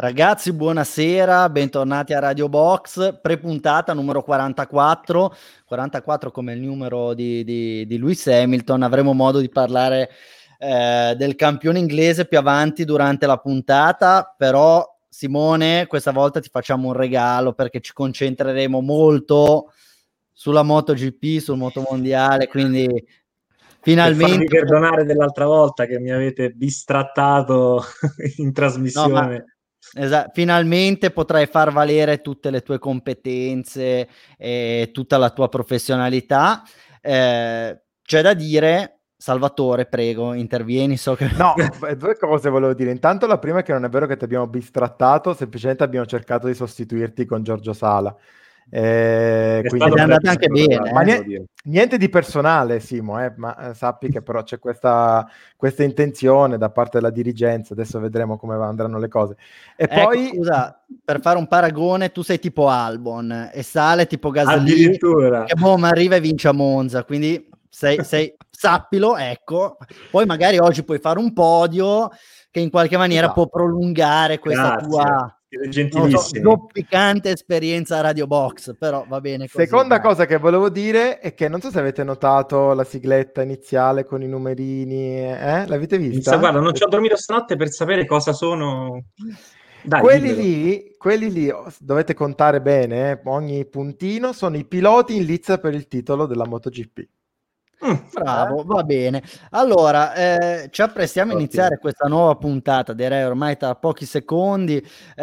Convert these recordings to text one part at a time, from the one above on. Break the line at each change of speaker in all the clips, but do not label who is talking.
Ragazzi, buonasera, bentornati a Radio Box, prepuntata numero 44, 44 come il numero di Lewis Hamilton. Avremo modo di parlare del campione inglese più avanti durante la puntata, però Simone, questa volta ti facciamo un regalo perché ci concentreremo molto sulla MotoGP, sul motomondiale, quindi finalmente...
Per farvi perdonare dell'altra volta che mi avete bistrattato in trasmissione.
Finalmente potrai far valere tutte le tue competenze e tutta la tua professionalità. C'è da dire, Salvatore, prego, intervieni. So che...
No, due cose volevo dire. Intanto la prima è che non è vero che ti abbiamo bistrattato, semplicemente abbiamo cercato di sostituirti con Giorgio Sala.
Quindi è andato anche bene.
Ma niente di personale, Simo, ma sappi che però c'è questa intenzione da parte della dirigenza. Adesso vedremo come andranno le cose. E poi,
scusa, per fare un paragone, tu sei tipo Albon e Sale tipo Gasly,
addirittura,
che ma arriva e vince a Monza, quindi sei sappilo, ecco. Poi magari oggi puoi fare un podio che in qualche maniera può prolungare questa tua zoppicante esperienza a Radio Box, però va bene così.
Seconda cosa che volevo dire è che non so se avete notato la sigletta iniziale con i numerini, l'avete vista?
Guarda, non ci ho dormito stanotte per sapere cosa sono. Dai,
quelli lì dovete contare bene, ogni puntino sono i piloti in lizza per il titolo della MotoGP.
Bravo, va bene. Allora, ci apprestiamo a iniziare questa nuova puntata, direi ormai tra pochi secondi,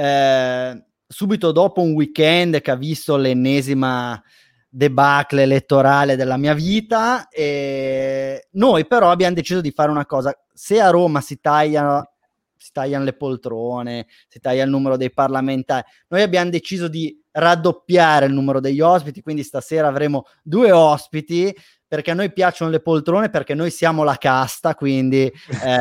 subito dopo un weekend che ha visto l'ennesima debacle elettorale della mia vita. Noi però abbiamo deciso di fare una cosa: se a Roma si tagliano le poltrone, si taglia il numero dei parlamentari, noi abbiamo deciso di raddoppiare il numero degli ospiti, quindi stasera avremo 2 ospiti, perché a noi piacciono le poltrone, perché noi siamo la casta, quindi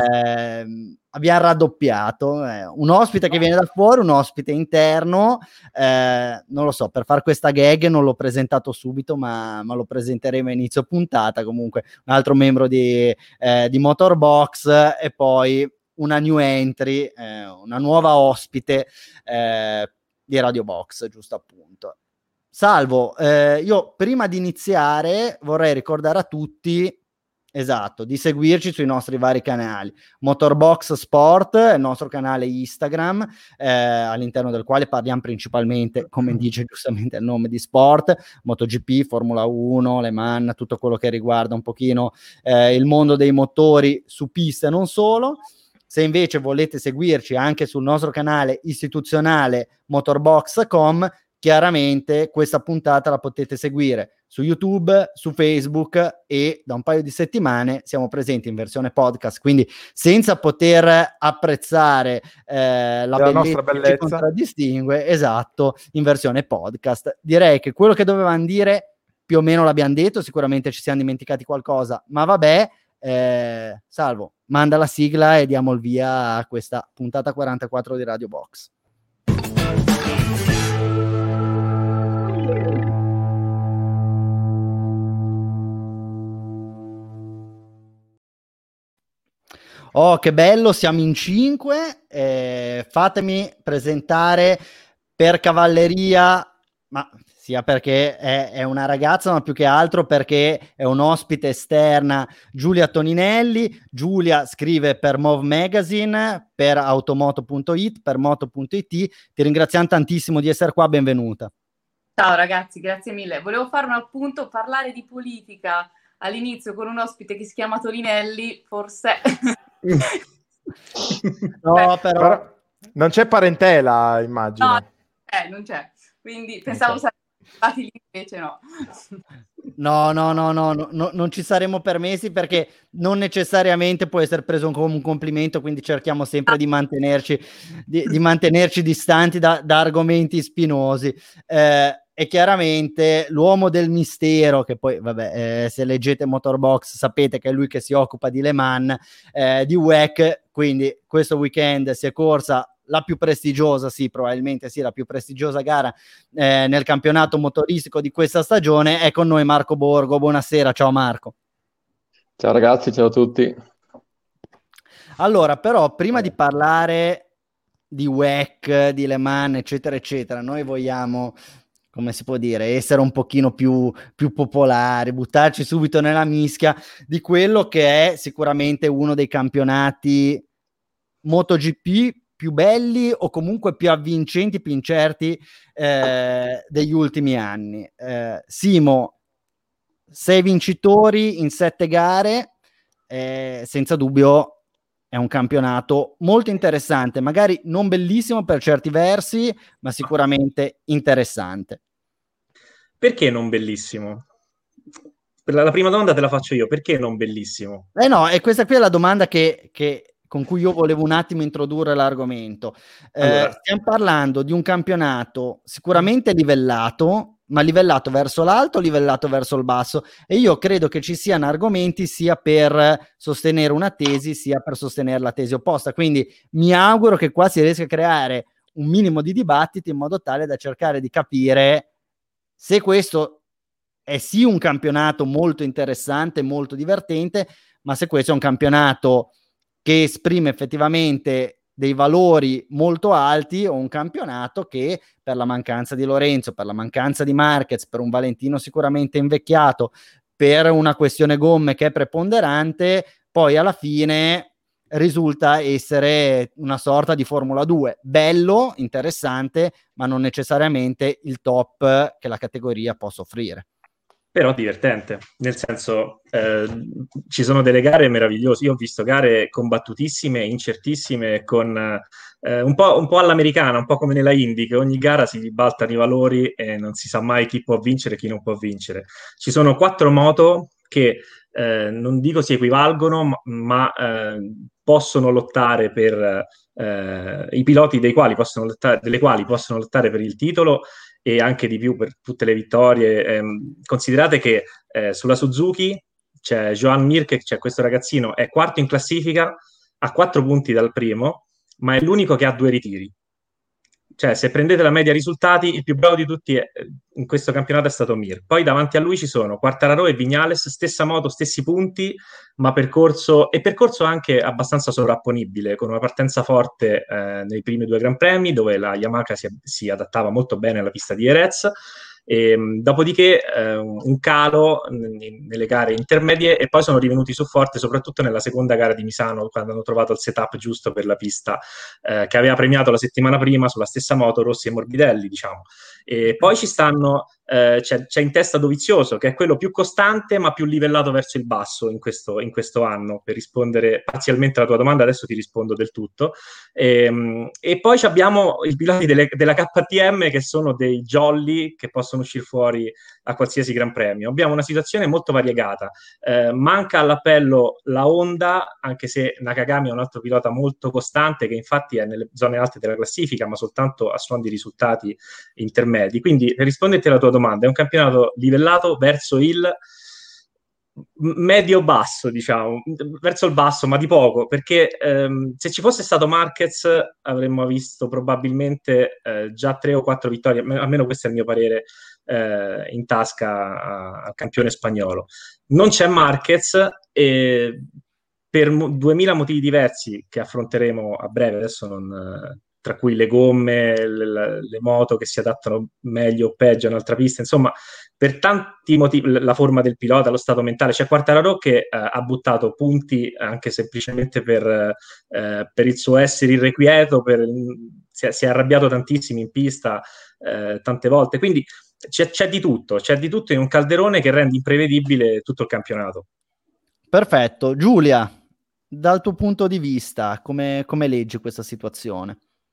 abbiamo raddoppiato, un ospite che viene da fuori, un ospite interno, non lo so, per fare questa gag non l'ho presentato subito, ma lo presenteremo a inizio puntata. Comunque un altro membro di Motorbox e poi una new entry, una nuova ospite di Radio Box, giusto appunto. Salvo, io prima di iniziare vorrei ricordare a tutti, di seguirci sui nostri vari canali. Motorbox Sport, il nostro canale Instagram, all'interno del quale parliamo principalmente, come dice giustamente il nome, di sport, MotoGP, Formula 1, Le Mans, tutto quello che riguarda un pochino il mondo dei motori su pista e non solo. Se invece volete seguirci anche sul nostro canale istituzionale motorbox.com, chiaramente questa puntata la potete seguire su YouTube, su Facebook, e da un paio di settimane siamo presenti in versione podcast, quindi senza poter apprezzare la
nostra bellezza
che ci contraddistingue, in versione podcast. Direi che quello che dovevamo dire più o meno l'abbiamo detto, sicuramente ci siamo dimenticati qualcosa, ma vabbè. Salvo, manda la sigla e diamo il via a questa puntata 44 di Radio Box. Oh, che bello, siamo in 5. Fatemi presentare per cavalleria, ma sia perché è una ragazza, ma più che altro perché è un ospite esterna, Giulia Toninelli. Giulia scrive per Move Magazine, per automoto.it, per moto.it. Ti ringraziamo tantissimo di essere qua, benvenuta.
Ciao ragazzi, grazie mille. Volevo fare un appunto, parlare di politica all'inizio con un ospite che si chiama Toninelli, forse...
No, però
non c'è parentela, immagino.
No, non c'è. Quindi pensavo saremmo stati lì, invece no.
No, non ci saremmo permessi, perché non necessariamente può essere preso come un complimento, quindi cerchiamo sempre di mantenerci distanti da argomenti spinosi. E chiaramente l'uomo del mistero, che poi vabbè, se leggete Motorbox sapete che è lui che si occupa di Le Mans, di WEC, quindi questo weekend si è corsa la più prestigiosa, probabilmente la più prestigiosa gara nel campionato motoristico di questa stagione. È con noi Marco Borgo. Buonasera, ciao Marco.
Ciao ragazzi, ciao a tutti.
Allora, però prima di parlare di WEC, di Le Mans, eccetera, eccetera. Noi vogliamo, come si può dire, essere un pochino più popolari, buttarci subito nella mischia di quello che è sicuramente uno dei campionati MotoGP più belli o comunque più avvincenti, più incerti degli ultimi anni. Simo, 6 vincitori in 7 gare, senza dubbio è un campionato molto interessante, magari non bellissimo per certi versi, ma sicuramente interessante.
Perché non bellissimo? La prima domanda te la faccio io, perché non bellissimo?
No, e questa qui è la domanda con cui io volevo un attimo introdurre l'argomento.
Allora,
Stiamo parlando di un campionato sicuramente livellato, ma livellato verso l'alto, livellato verso il basso, e io credo che ci siano argomenti sia per sostenere una tesi, sia per sostenere la tesi opposta. Quindi mi auguro che qua si riesca a creare un minimo di dibattito in modo tale da cercare di capire se questo è sì un campionato molto interessante, molto divertente, ma se questo è un campionato che esprime effettivamente dei valori molto alti o un campionato che per la mancanza di Lorenzo, per la mancanza di Marquez, per un Valentino sicuramente invecchiato, per una questione gomme che è preponderante, poi alla fine risulta essere una sorta di Formula 2, bello, interessante, ma non necessariamente il top che la categoria possa offrire.
però divertente, nel senso ci sono delle gare meravigliose. Io ho visto gare combattutissime, incertissime, con un po' all'americana, un po' come nella Indy, che ogni gara si ribaltano i valori e non si sa mai chi può vincere e chi non può vincere. Ci sono 4 moto che non dico si equivalgono, ma possono lottare per i piloti delle quali possono lottare per il titolo e anche di più per tutte le vittorie. Considerate che sulla Suzuki c'è Joan Mir, che c'è questo ragazzino, è quarto in classifica, a 4 punti dal primo, ma è l'unico che ha 2 ritiri. Cioè, se prendete la media risultati, il più bravo di tutti in questo campionato è stato Mir. Poi davanti a lui ci sono Quartararo e Viñales, stessa moto, stessi punti, ma percorso anche abbastanza sovrapponibile, con una partenza forte nei primi 2 Gran Premi, dove la Yamaha si adattava molto bene alla pista di Jerez. Dopodiché un calo nelle gare intermedie, e poi sono rivenuti su forte soprattutto nella seconda gara di Misano, quando hanno trovato il setup giusto per la pista che aveva premiato la settimana prima sulla stessa moto Rossi e Morbidelli, diciamo. E poi c'è in testa Dovizioso, che è quello più costante ma più livellato verso il basso in questo anno. Per rispondere parzialmente alla tua domanda, adesso ti rispondo del tutto. E poi abbiamo i piloti della KTM, che sono dei jolly che possono uscire fuori a qualsiasi Gran Premio. Abbiamo una situazione molto variegata. Manca all'appello la Honda, anche se Nakagami è un altro pilota molto costante, che infatti è nelle zone alte della classifica, ma soltanto a suon di risultati intermedi. Quindi, per risponderti alla tua domanda, è un campionato livellato verso il medio-basso, diciamo, verso il basso, ma di poco, perché se ci fosse stato Marquez avremmo visto probabilmente già 3 o 4 vittorie, almeno questo è il mio parere, in tasca al campione spagnolo. Non c'è Marquez e per 2000 motivi diversi che affronteremo a breve, adesso tra cui le gomme, le moto che si adattano meglio o peggio a un'altra pista, insomma, per tanti motivi, la forma del pilota, lo stato mentale. C'è Quartararo che ha buttato punti anche semplicemente per il suo essere irrequieto, si è arrabbiato tantissimo in pista tante volte, quindi c'è di tutto in un calderone che rende imprevedibile tutto il campionato.
Perfetto. Giulia, dal tuo punto di vista, come leggi questa situazione?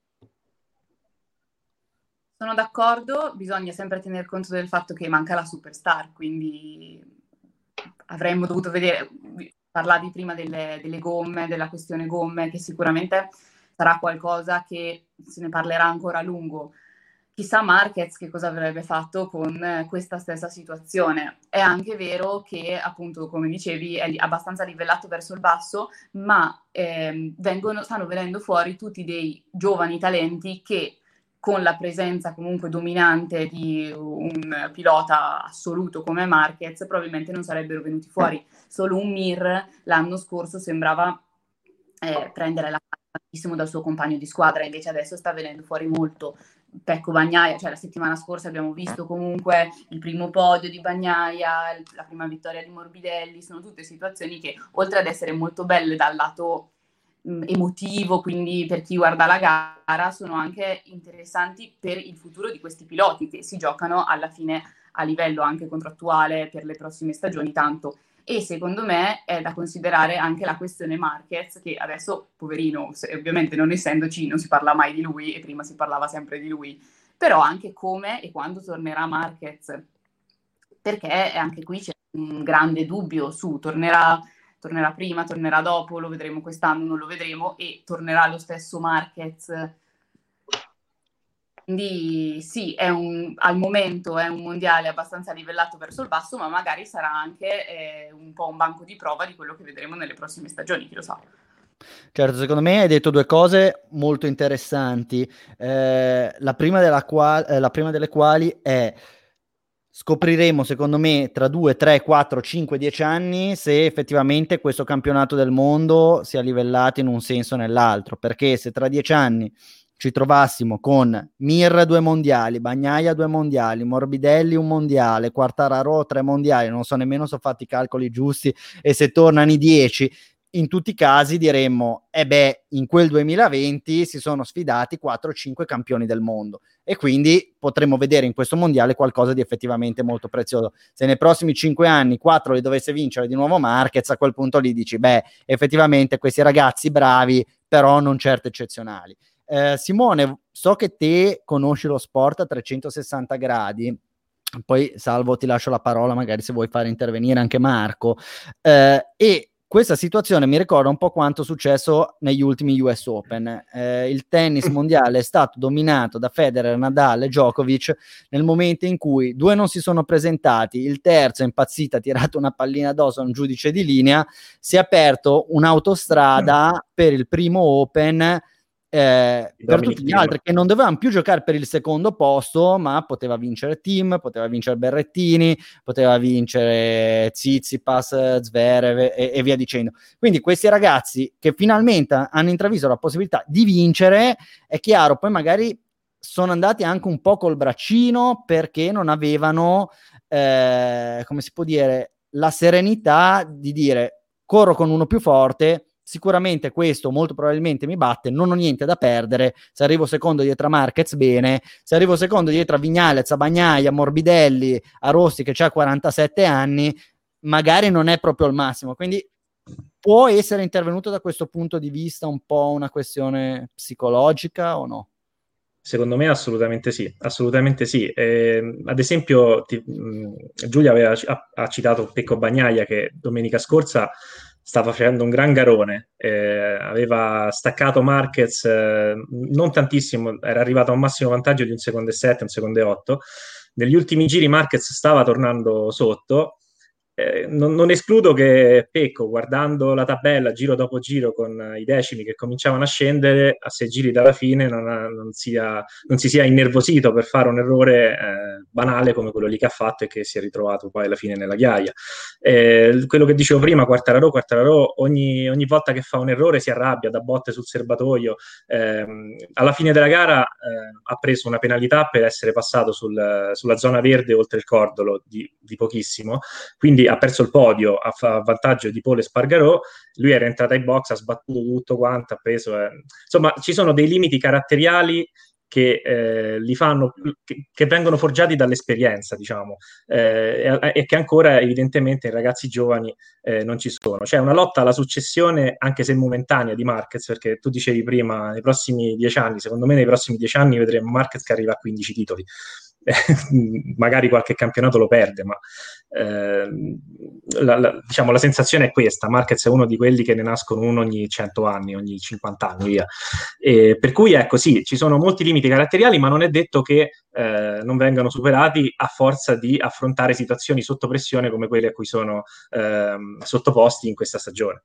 Sono d'accordo, bisogna sempre tener conto del fatto che manca la superstar, quindi avremmo dovuto vedere, parlavi prima delle gomme, della questione gomme, che sicuramente sarà qualcosa che se ne parlerà ancora a lungo. Chissà Marquez che cosa avrebbe fatto con questa stessa situazione. È anche vero che, appunto, come dicevi, è abbastanza livellato verso il basso, ma stanno venendo fuori tutti dei giovani talenti che, con la presenza comunque dominante di un pilota assoluto come Marquez, probabilmente non sarebbero venuti fuori. Solo un Mir l'anno scorso sembrava prendere la tantissimo dal suo compagno di squadra, invece adesso sta venendo fuori molto Pecco Bagnaia, cioè la settimana scorsa abbiamo visto comunque il primo podio di Bagnaia, la prima vittoria di Morbidelli, sono tutte situazioni che oltre ad essere molto belle dal lato emotivo, quindi per chi guarda la gara, sono anche interessanti per il futuro di questi piloti che si giocano alla fine a livello anche contrattuale per le prossime stagioni tanto. E secondo me è da considerare anche la questione Marquez, che adesso, poverino, ovviamente non essendoci, non si parla mai di lui e prima si parlava sempre di lui, però anche come e quando tornerà Marquez, perché anche qui c'è un grande dubbio su tornerà prima, tornerà dopo, lo vedremo quest'anno, non lo vedremo, e tornerà lo stesso Marquez. Quindi sì, al momento è un mondiale abbastanza livellato verso il basso, ma magari sarà anche un po' un banco di prova di quello che vedremo nelle prossime stagioni, chi lo sa.
Certo, secondo me hai detto due cose molto interessanti. La prima delle quali è: scopriremo, secondo me, tra 2, 3, 4, 5, 10 anni se effettivamente questo campionato del mondo sia livellato in un senso o nell'altro, perché se tra 10 anni ci trovassimo con Mir 2 mondiali, Bagnaia 2 mondiali, Morbidelli 1 mondiale, Quartararo 3 mondiali, non so nemmeno se ho fatto i calcoli giusti, e se tornano i 10, in tutti i casi diremmo, in quel 2020 si sono sfidati 4-5 campioni del mondo, e quindi potremmo vedere in questo mondiale qualcosa di effettivamente molto prezioso. Se nei prossimi 5 anni 4 li dovesse vincere di nuovo Marquez, a quel punto lì dici, effettivamente questi ragazzi bravi, però non certo eccezionali. Simone, so che te conosci lo sport a 360 gradi, poi Salvo ti lascio la parola magari se vuoi fare intervenire anche Marco, e questa situazione mi ricorda un po' quanto è successo negli ultimi US Open. Il tennis mondiale è stato dominato da Federer, Nadal e Djokovic nel momento in cui 2 non si sono presentati, il terzo è impazzito, ha tirato una pallina addosso a un giudice di linea, si è aperto un'autostrada per il primo Open per tutti gli altri che non dovevano più giocare per il secondo posto, ma poteva vincere Thiem, poteva vincere Berrettini, poteva vincere Tsitsipas, Zverev e via dicendo. Quindi questi ragazzi che finalmente hanno intravisto la possibilità di vincere, è chiaro, poi magari sono andati anche un po' col braccino perché non avevano, come si può dire, la serenità di dire corro con uno più forte, sicuramente questo molto probabilmente mi batte, non ho niente da perdere, se arrivo secondo dietro a Marquez bene, se arrivo secondo dietro a Vignales, a Bagnaia, a Morbidelli, a Rossi che ha 47 anni, magari non è proprio il massimo, quindi può essere intervenuto da questo punto di vista un po' una questione psicologica o no?
Secondo me assolutamente sì, assolutamente sì. Ad esempio, Giulia ha citato Pecco Bagnaia che domenica scorsa sta facendo un gran garone, aveva staccato Marquez non tantissimo, era arrivato a un massimo vantaggio di 1 secondo e 7, 1 secondo e 8. Negli ultimi giri Marquez stava tornando sotto. Non escludo che Pecco, guardando la tabella giro dopo giro con i decimi che cominciavano a scendere, a 6 giri dalla fine non si sia innervosito per fare un errore banale come quello lì che ha fatto e che si è ritrovato poi alla fine nella ghiaia. Quello che dicevo prima, Quartararo ogni volta che fa un errore si arrabbia, dà botte sul serbatoio. Alla fine della gara ha preso una penalità per essere passato sulla zona verde oltre il cordolo di pochissimo, quindi ha perso il podio a vantaggio di Pole Espargaró. Lui era entrato ai box, ha sbattuto tutto quanto, ha preso insomma ci sono dei limiti caratteriali che li fanno, che vengono forgiati dall'esperienza, diciamo, e che ancora evidentemente i ragazzi giovani non ci sono. C'è una lotta alla successione, anche se momentanea, di Marquez, perché tu dicevi prima, nei prossimi 10 anni, secondo me nei prossimi 10 anni vedremo Marquez che arriva a 15 titoli. Magari qualche campionato lo perde, ma diciamo, la sensazione è questa: Marquez è uno di quelli che ne nascono uno ogni 100 anni, ogni 50 anni, via. Per cui ecco, sì, ci sono molti limiti caratteriali, ma non è detto che non vengano superati a forza di affrontare situazioni sotto pressione come quelle a cui sono sottoposti in questa stagione.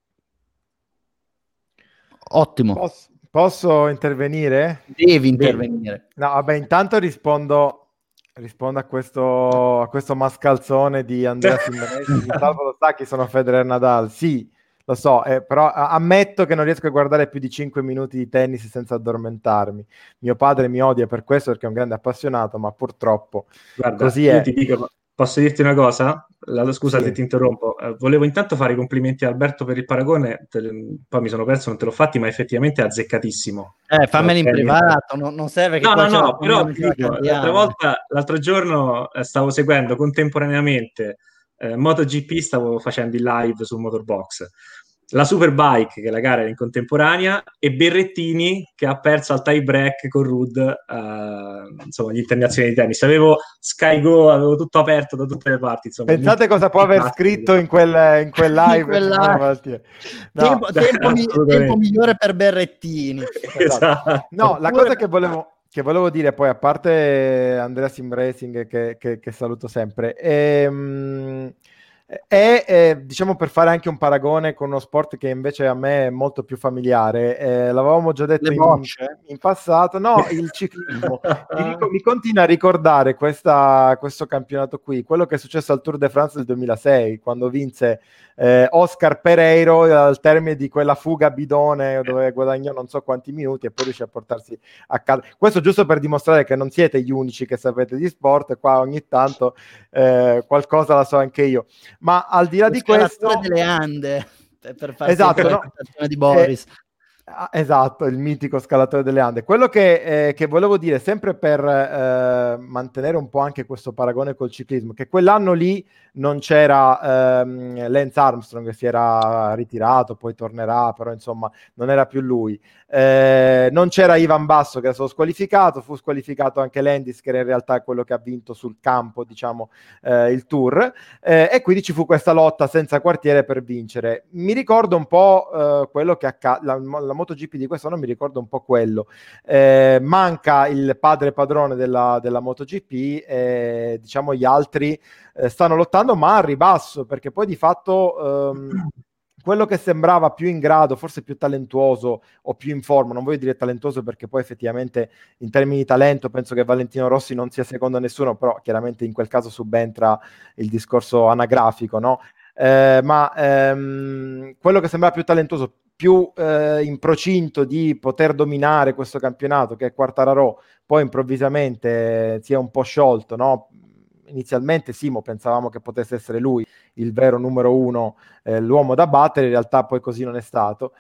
Ottimo.
Posso intervenire?
Devi intervenire.
No, vabbè, intanto rispondo a questo mascalzone di Andrea Simmonesi. Salvo lo sa chi sono Federer e Nadal. Sì, Lo so, però ammetto che non riesco a guardare più di 5 minuti di tennis senza addormentarmi. Mio padre mi odia per questo perché è un grande appassionato, ma purtroppo
Guarda,
così
io
è.
ti dico, posso dirti una cosa? Scusa se
Sì.
ti interrompo. Volevo intanto fare i complimenti a Alberto per il paragone, poi mi sono perso, non te l'ho fatti, ma effettivamente è azzeccatissimo.
Fammeli in
Tennis.
privato, non serve che
No,
qua
no,
c'è la
no, però ti
community, la
dico,
cantiamo.
l'altro giorno stavo seguendo contemporaneamente MotoGP, stavo facendo il live su Motorbox, la Superbike, che la gara era in contemporanea, e Berrettini, che ha perso al tie break con Rudd, insomma, gli internazionali di tennis. Avevo Sky Go, avevo tutto aperto da tutte le parti, insomma.
Pensate cosa può aver scritto in quel live.
In quel
Simone
live.
Maltier. No.
Tempo migliore per Berrettini.
Esatto.
No, la cosa che volevo dire poi, a parte Andrea Sim Racing che saluto sempre, diciamo, per fare anche un paragone con uno sport che invece a me è molto più familiare, l'avevamo già detto
Le bocce?
in passato, no, il ciclismo. Mi continua a ricordare questo campionato qui, quello che è successo al Tour de France del 2006, quando vinse Oscar Pereiro al termine di quella fuga a bidone dove guadagnò non so quanti minuti e poi riuscì a portarsi a casa. Questo giusto per dimostrare che non siete gli unici che sapete di sport, qua ogni tanto qualcosa la so anche io. Ma al di là di questo,
delle Ande, per fare
esatto,
la citazione di Boris.
Esatto, il mitico scalatore delle Ande. Quello che volevo dire, sempre per mantenere un po' anche questo paragone col ciclismo, che quell'anno lì non c'era Lance Armstrong, che si era ritirato, poi tornerà, però insomma non era più lui. Non c'era Ivan Basso, che era stato squalificato, fu squalificato anche Landis, che era in realtà quello che ha vinto sul campo, diciamo, il Tour, e quindi ci fu questa lotta senza quartiere per vincere. Mi ricordo un po' quello che accade, la MotoGP di quest'anno mi ricordo un po' quello. Manca il padre padrone della MotoGP, diciamo gli altri stanno lottando ma a ribasso, perché poi di fatto quello che sembrava più in grado, forse più talentuoso o più in forma, non voglio dire talentuoso perché poi effettivamente in termini di talento penso che Valentino Rossi non sia secondo a nessuno, però chiaramente in quel caso subentra il discorso anagrafico, no? Ma quello che sembrava più talentuoso, più in procinto di poter dominare questo campionato, che è Quartararo, poi improvvisamente si è un po' sciolto, no? Inizialmente Simo pensavamo che potesse essere lui il vero numero uno, l'uomo da battere, in realtà poi così non è stato.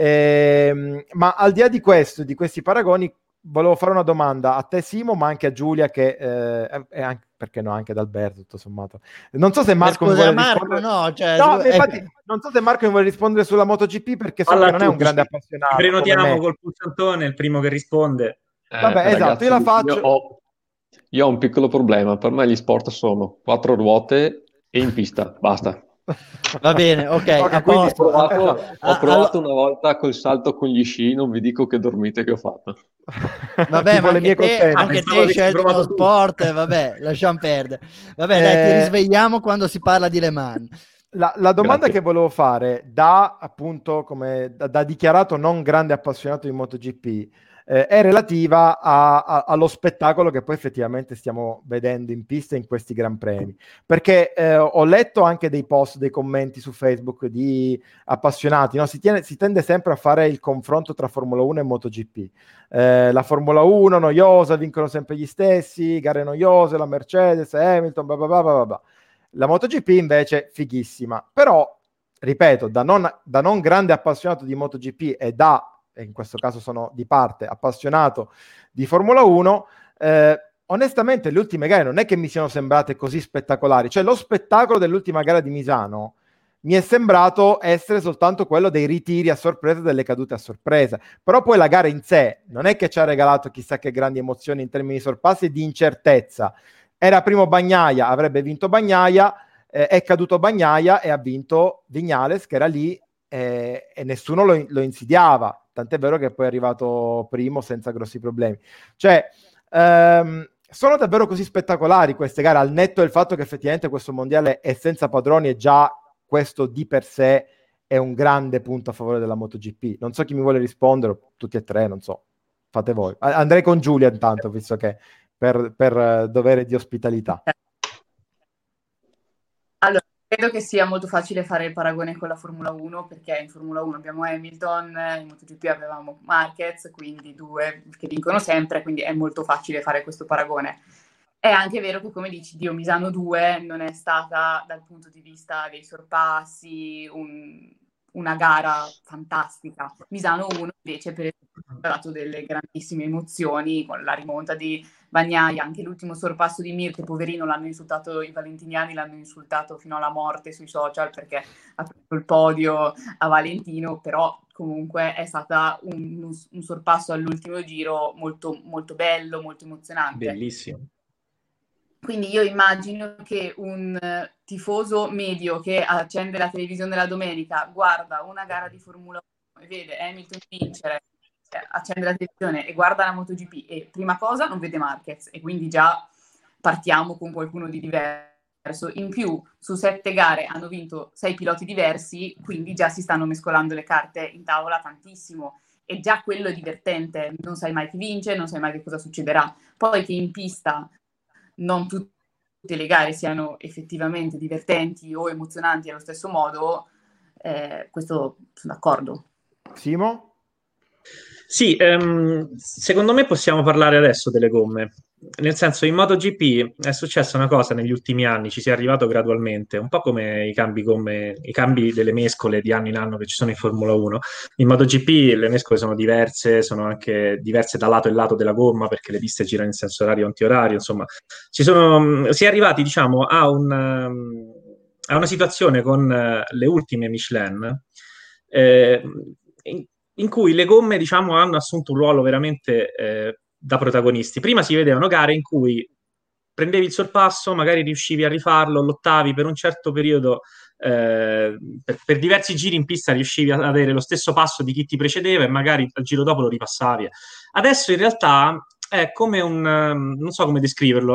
Ma al di là di questo, di questi paragoni, volevo fare una domanda a te Simo, ma anche a Giulia, che è anche, perché no, anche ad Alberto, tutto sommato. Non so se Marco mi vuole rispondere.
No, cioè,
no, infatti, non so se Marco mi vuole rispondere sulla MotoGP, perché so che non è un grande appassionato.
Ci prenotiamo col pulsantone, il primo che risponde.
Vabbè,
ragazzi,
esatto, io la faccio.
Io ho un piccolo problema. Per me gli sport sono 4 ruote e in pista, basta.
Va bene, ok.
Ho provato una volta col salto con gli sci, non vi dico che dormite che ho fatto.
Vabbè, ma anche te hai scelto uno sport, vabbè, lasciamo perdere. Vabbè, dai, ti risvegliamo quando si parla di Le Mans.
La domanda che volevo fare, appunto, come da dichiarato non grande appassionato di MotoGP, è relativa allo spettacolo che poi effettivamente stiamo vedendo in pista in questi Gran Premi, perché ho letto anche dei post, dei commenti su Facebook di appassionati, no? Si tende sempre a fare il confronto tra Formula 1 e MotoGP. La Formula 1 noiosa, vincono sempre gli stessi, gare noiose, la Mercedes, Hamilton, bla bla bla bla bla. La MotoGP invece fighissima, però ripeto, da non grande appassionato di MotoGP e in questo caso sono di parte appassionato di Formula 1, onestamente le ultime gare non è che mi siano sembrate così spettacolari, cioè lo spettacolo dell'ultima gara di Misano mi è sembrato essere soltanto quello dei ritiri a sorpresa, delle cadute a sorpresa, però poi la gara in sé non è che ci ha regalato chissà che grandi emozioni in termini di sorpassi e di incertezza. Era primo Bagnaia, avrebbe vinto Bagnaia, è caduto Bagnaia e ha vinto Viñales, che era lì e nessuno lo insidiava, tant'è vero che poi è arrivato primo senza grossi problemi. Cioè, sono davvero così spettacolari queste gare, al netto del fatto che effettivamente questo mondiale è senza padroni e già questo di per sé è un grande punto a favore della MotoGP. Non so chi mi vuole rispondere, tutti e tre, non so, fate voi. Andrei con Giulia intanto, visto che per dovere di ospitalità.
Allora, Credo che sia molto facile fare il paragone con la Formula 1, perché in Formula 1 abbiamo Hamilton, in MotoGP avevamo Marquez, quindi due che vincono sempre, quindi è molto facile fare questo paragone. È anche vero che, come dici, Dio, Misano 2 non è stata, dal punto di vista dei sorpassi, una gara fantastica. Misano 1 invece, per esempio, ha dato delle grandissime emozioni con la rimonta di Bagnaia, anche l'ultimo sorpasso di Mir, che poverino l'hanno insultato, i valentiniani l'hanno insultato fino alla morte sui social perché ha preso il podio a Valentino, però comunque è stata un sorpasso all'ultimo giro molto, molto bello, molto emozionante.
Bellissimo.
Quindi io immagino che un tifoso medio che accende la televisione la domenica, guarda una gara di Formula 1 e vede Hamilton vincere, accende la televisione e guarda la MotoGP e prima cosa non vede Marquez, e quindi già partiamo con qualcuno di diverso. In più, su 7 gare hanno vinto 6 piloti diversi, quindi già si stanno mescolando le carte in tavola tantissimo, e già quello è divertente, non sai mai chi vince, non sai mai che cosa succederà. Poi che in pista non tutte le gare siano effettivamente divertenti o emozionanti allo stesso modo, questo sono d'accordo.
Simo?
Sì, secondo me possiamo parlare adesso delle gomme. Nel senso, in MotoGP è successa una cosa negli ultimi anni, ci si è arrivato gradualmente, un po' come i cambi gomme, i cambi delle mescole di anno in anno che ci sono in Formula 1. In MotoGP le mescole sono diverse, sono anche diverse da lato e lato della gomma perché le piste girano in senso orario e antiorario, insomma, si è arrivati, diciamo, a una situazione con le ultime Michelin, eh, in cui le gomme, diciamo, hanno assunto un ruolo veramente da protagonisti. Prima si vedevano gare in cui prendevi il sorpasso, magari riuscivi a rifarlo, lottavi per un certo periodo, per diversi giri in pista riuscivi ad avere lo stesso passo di chi ti precedeva e magari al giro dopo lo ripassavi. Adesso in realtà è come non so come descriverlo,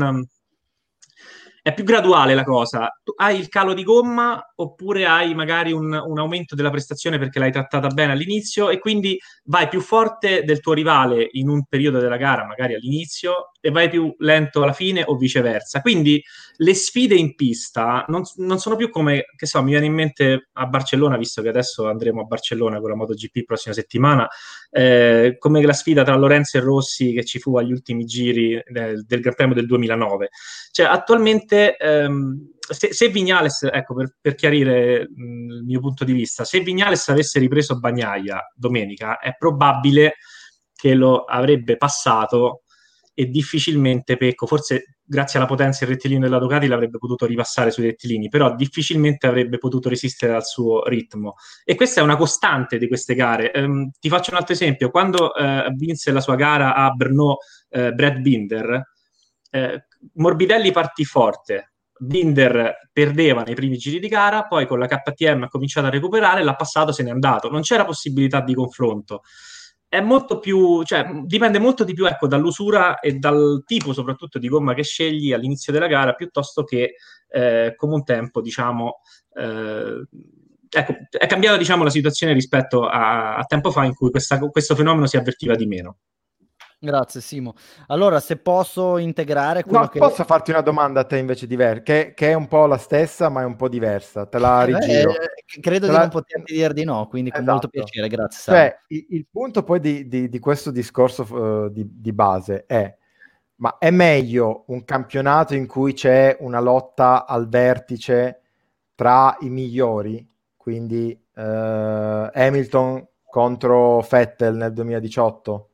è più graduale la cosa. Tu hai il calo di gomma oppure hai magari un aumento della prestazione perché l'hai trattata bene all'inizio e quindi vai più forte del tuo rivale in un periodo della gara, magari all'inizio, e vai più lento alla fine o viceversa. Quindi le sfide in pista non sono più come, che so, mi viene in mente a Barcellona, visto che adesso andremo a Barcellona con la MotoGP prossima settimana, come la sfida tra Lorenzo e Rossi che ci fu agli ultimi giri del Gran Premio del 2009. Cioè, attualmente, se Viñales, ecco, per chiarire il mio punto di vista, se Viñales avesse ripreso Bagnaia domenica, è probabile che lo avrebbe passato e difficilmente Pecco, forse grazie alla potenza e al rettilineo della Ducati l'avrebbe potuto ripassare sui rettilini, però difficilmente avrebbe potuto resistere al suo ritmo. E questa è una costante di queste gare. Ti faccio un altro esempio. Quando vinse la sua gara a Brno Brad Binder, Morbidelli partì forte, Binder perdeva nei primi giri di gara, poi con la KTM ha cominciato a recuperare, l'ha passato, se n'è andato, non c'era possibilità di confronto. È molto più, cioè, dipende molto di più, ecco, dall'usura e dal tipo soprattutto di gomma che scegli all'inizio della gara, piuttosto che come un tempo, diciamo, ecco, è cambiata, diciamo, la situazione rispetto a tempo fa in cui questo fenomeno si avvertiva di meno.
Grazie Simo. Allora, se posso integrare quello
No, posso farti una domanda a te invece diversa, che è un po' la stessa ma è un po' diversa, te la rigiro.
Credo di non poterti dire di no, quindi con molto piacere, grazie Simo.
Cioè, il punto poi di questo discorso di base è: ma è meglio un campionato in cui c'è una lotta al vertice tra i migliori, quindi Hamilton contro Vettel nel 2018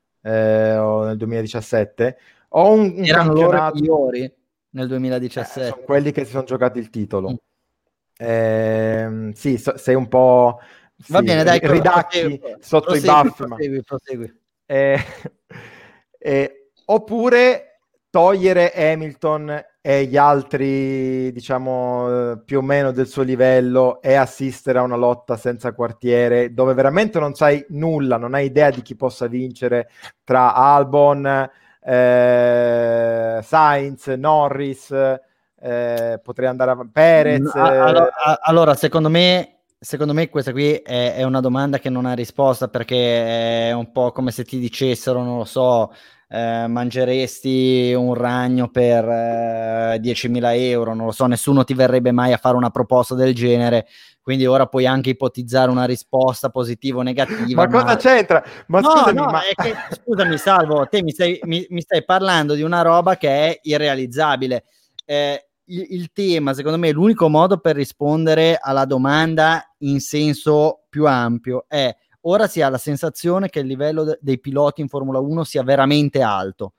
o nel 2017, o un
erano
campionato
loro migliori nel 2017?
sono quelli che si sono giocati il titolo. Sì, sei un po'...
Va bene, dai,
ridacchi sotto i baffi.
Prosegui.
Oppure togliere Hamilton e gli altri, diciamo, più o meno del suo livello e assistere a una lotta senza quartiere dove veramente non sai nulla, non hai idea di chi possa vincere tra Albon, Sainz, Norris, potrei andare a Perez.
Allora, secondo me questa qui è una domanda che non ha risposta, perché è un po' come se ti dicessero, non lo so, mangeresti un ragno per 10.000 euro, non lo so, nessuno ti verrebbe mai a fare una proposta del genere, quindi ora puoi anche ipotizzare una risposta positiva o negativa.
Ma cosa c'entra? Ma
no,
scusami,
no,
ma...
è che, scusami Salvo, te mi stai parlando di una roba che è irrealizzabile. Il tema, secondo me, l'unico modo per rispondere alla domanda in senso più ampio è: ora si ha la sensazione che il livello dei piloti in Formula 1 sia veramente alto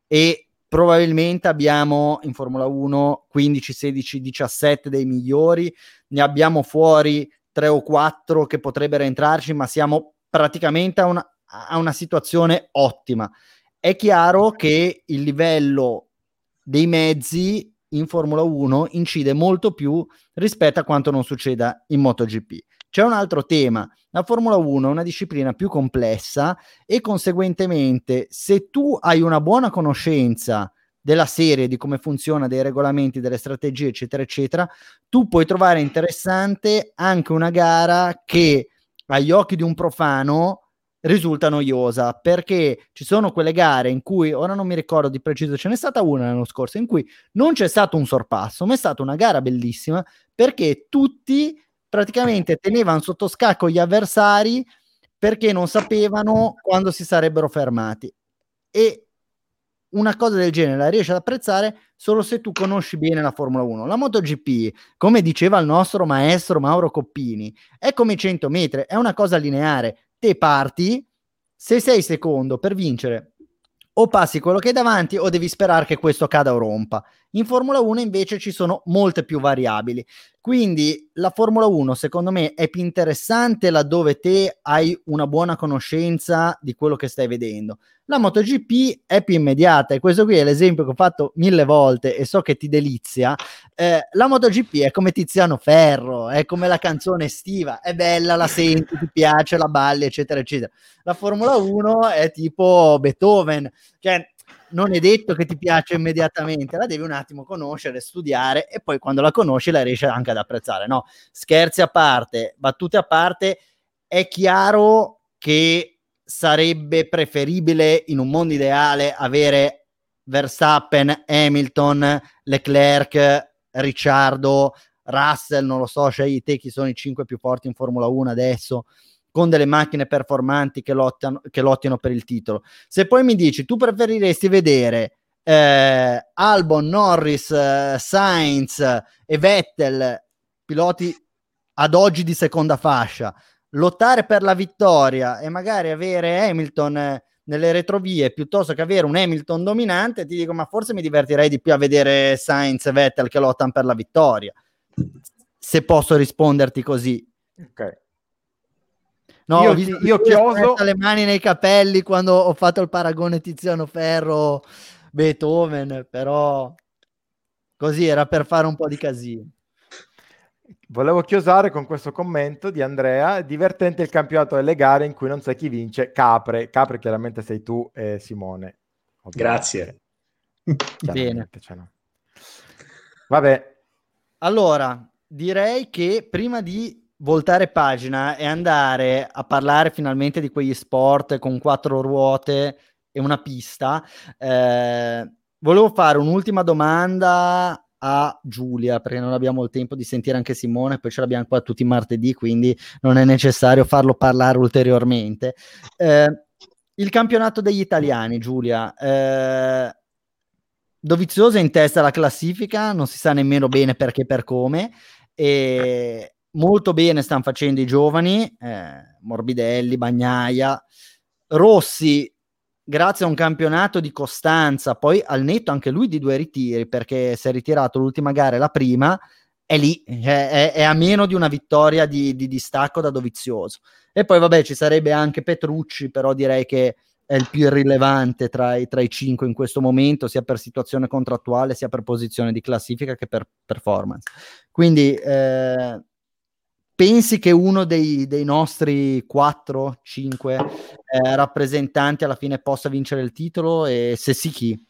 e probabilmente abbiamo in Formula 1 15, 16, 17 dei migliori, ne abbiamo fuori 3 o 4 che potrebbero entrarci, ma siamo praticamente a una situazione ottima. È chiaro che il livello dei mezzi in Formula 1 incide molto più rispetto a quanto non succeda in MotoGP. C'è un altro tema: la Formula 1 è una disciplina più complessa e conseguentemente se tu hai una buona conoscenza della serie, di come funziona, dei regolamenti, delle strategie, eccetera, eccetera, tu puoi trovare interessante anche una gara che agli occhi di un profano risulta noiosa, perché ci sono quelle gare in cui, ora non mi ricordo di preciso, ce n'è stata una l'anno scorso in cui non c'è stato un sorpasso, ma è stata una gara bellissima perché tutti praticamente tenevano sotto scacco gli avversari perché non sapevano quando si sarebbero fermati, e una cosa del genere la riesci ad apprezzare solo se tu conosci bene la Formula 1. La MotoGP, come diceva il nostro maestro Mauro Coppini, è come i 100 metri, è una cosa lineare. Te parti, se sei secondo per vincere, o passi quello che è davanti o devi sperare che questo cada o rompa. In Formula 1 invece ci sono molte più variabili, quindi la Formula 1 secondo me è più interessante laddove te hai una buona conoscenza di quello che stai vedendo. La MotoGP è più immediata, e questo qui è l'esempio che ho fatto 1000 volte e so che ti delizia. La MotoGP è come Tiziano Ferro, è come la canzone estiva, è bella, la senti, ti piace, la balli, eccetera, eccetera. La Formula 1 è tipo Beethoven, cioè non è detto che ti piace immediatamente, la devi un attimo conoscere, studiare, e poi quando la conosci la riesci anche ad apprezzare. No, scherzi a parte, battute a parte, è chiaro che sarebbe preferibile in un mondo ideale avere Verstappen, Hamilton, Leclerc, Ricciardo, Russell, non lo so, scegli te chi sono i 5 più forti in Formula 1 adesso, con delle macchine performanti che lottino per il titolo. Se poi mi dici tu preferiresti vedere Albon, Norris, Sainz e Vettel, piloti ad oggi di seconda fascia, lottare per la vittoria e magari avere Hamilton nelle retrovie piuttosto che avere un Hamilton dominante, ti dico, ma forse mi divertirei di più a vedere Sainz e Vettel che lottano per la vittoria, se posso risponderti così.
Ok.
No,
io chioso
le mani nei capelli quando ho fatto il paragone Tiziano Ferro Beethoven, però così era per fare un po' di casino.
Volevo chiosare con questo commento di Andrea: divertente il campionato delle gare in cui non sai chi vince. Capre chiaramente sei tu e Simone,
ovviamente.
Grazie.
Bene.
Cioè no. Vabbè.
Allora, direi che prima di voltare pagina e andare a parlare finalmente di quegli sport con 4 ruote e una pista, volevo fare un'ultima domanda a Giulia, perché non abbiamo il tempo di sentire anche Simone, poi ce l'abbiamo qua tutti i martedì, quindi non è necessario farlo parlare ulteriormente. Il campionato degli italiani, Giulia, Dovizioso è in testa alla classifica, non si sa nemmeno bene perché per come, e molto bene stanno facendo i giovani, Morbidelli, Bagnaia, Rossi, grazie a un campionato di costanza, poi al netto anche lui di 2 ritiri, perché si è ritirato l'ultima gara e la prima, è lì, è a meno di una vittoria di distacco da Dovizioso. E poi vabbè ci sarebbe anche Petrucci, però direi che è il più irrilevante tra i 5 in questo momento, sia per situazione contrattuale, sia per posizione di classifica che per performance. Quindi pensi che uno dei nostri 4-5 rappresentanti alla fine possa vincere il titolo, e se sì chi?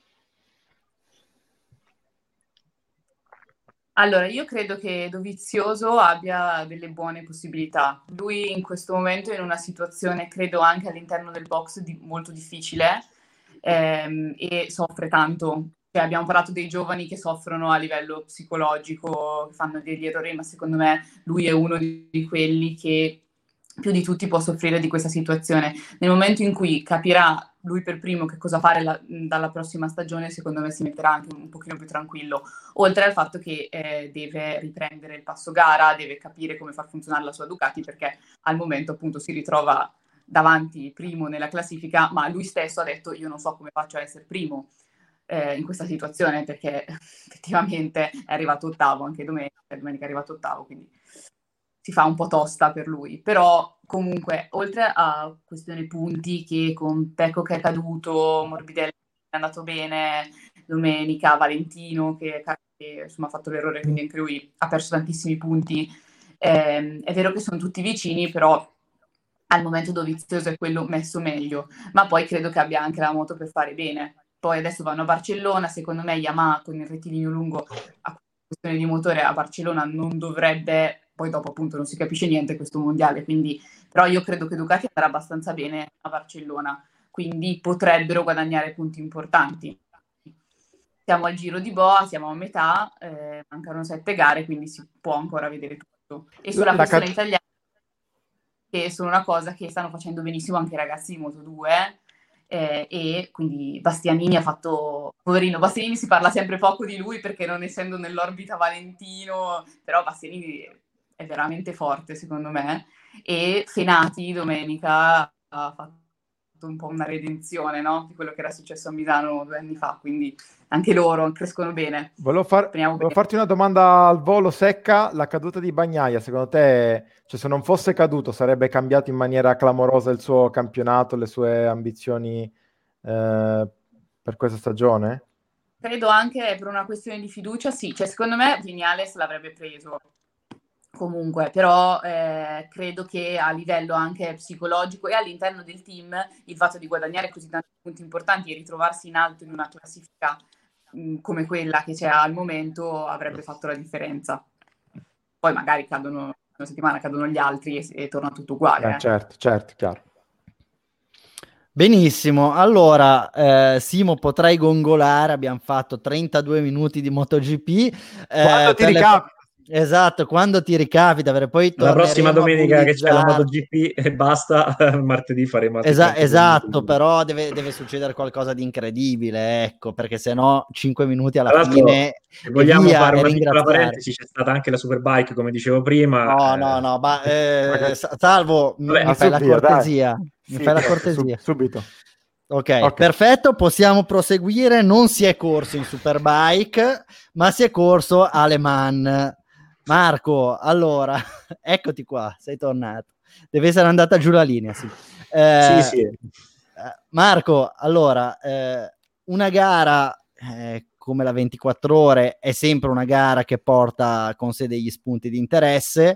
Allora, io credo che Dovizioso abbia delle buone possibilità. Lui in questo momento è in una situazione, credo anche all'interno del box, molto difficile, e soffre tanto. Cioè, abbiamo parlato dei giovani che soffrono a livello psicologico, che fanno degli errori, ma secondo me lui è uno di quelli che più di tutti può soffrire di questa situazione. Nel momento in cui capirà lui per primo che cosa fare dalla prossima stagione, secondo me si metterà anche un pochino più tranquillo, oltre al fatto che deve riprendere il passo gara, deve capire come far funzionare la sua Ducati, perché al momento appunto si ritrova davanti primo nella classifica, ma lui stesso ha detto io non so come faccio a essere primo in questa situazione, perché effettivamente è arrivato ottavo, anche domenica è arrivato ottavo, quindi si fa un po' tosta per lui. Però comunque, oltre a questione punti, che con Pecco che è caduto, Morbidelli è andato bene, domenica, Valentino che insomma ha fatto l'errore, quindi anche lui ha perso tantissimi punti, è vero che sono tutti vicini, però al momento Dovizioso è quello messo meglio, ma poi credo che abbia anche la moto per fare bene. Poi adesso vanno a Barcellona, secondo me Yamaha con il rettilineo lungo a questione di motore a Barcellona non dovrebbe, poi dopo appunto non si capisce niente questo mondiale, quindi però io credo che Ducati andrà abbastanza bene a Barcellona, quindi potrebbero guadagnare punti importanti. Siamo al Giro di Boa, siamo a metà, mancano 7 gare, quindi si può ancora vedere tutto. E sulla questione italiana, che sono una cosa che stanno facendo benissimo anche i ragazzi di Moto2, e quindi Bastianini ha fatto, poverino, Bastianini si parla sempre poco di lui perché non essendo nell'orbita Valentino, però Bastianini è veramente forte secondo me, e Fenati domenica ha fatto un po' una redenzione, no? Di quello che era successo a Misano 2 anni fa, quindi anche loro crescono bene.
Volevo farti una domanda al volo secca. La caduta di Bagnaia, secondo te, cioè, se non fosse caduto, sarebbe cambiato in maniera clamorosa il suo campionato, le sue ambizioni per questa stagione?
Credo anche per una questione di fiducia, sì. Cioè, secondo me Viñales l'avrebbe preso comunque, però credo che a livello anche psicologico e all'interno del team il fatto di guadagnare così tanti punti importanti e ritrovarsi in alto in una classifica come quella che c'è al momento avrebbe fatto la differenza. Poi magari cadono una settimana, cadono gli altri e torna tutto uguale.
Certo, chiaro.
Benissimo, allora Simo, potrai gongolare, abbiamo fatto 32 minuti di MotoGP.
Quando ti ricapita.
Esatto, quando ti ricapita, perché poi
la prossima domenica che c'è la
MotoGP
e basta, martedì faremo
esatto, però deve succedere qualcosa di incredibile, ecco, perché sennò 5 minuti alla fine
se vogliamo fare una piccola parentesi, c'è stata anche la Superbike, come dicevo prima.
No, Salvo, mi fai la cortesia.
Subito.
Ok, perfetto, possiamo proseguire. Non si è corso in Superbike, ma si è corso a Le Mans. Marco, allora, eccoti qua, sei tornato. Deve essere andata giù la linea, sì.
Sì.
Marco, allora, una gara come la 24 ore è sempre una gara che porta con sé degli spunti di interesse.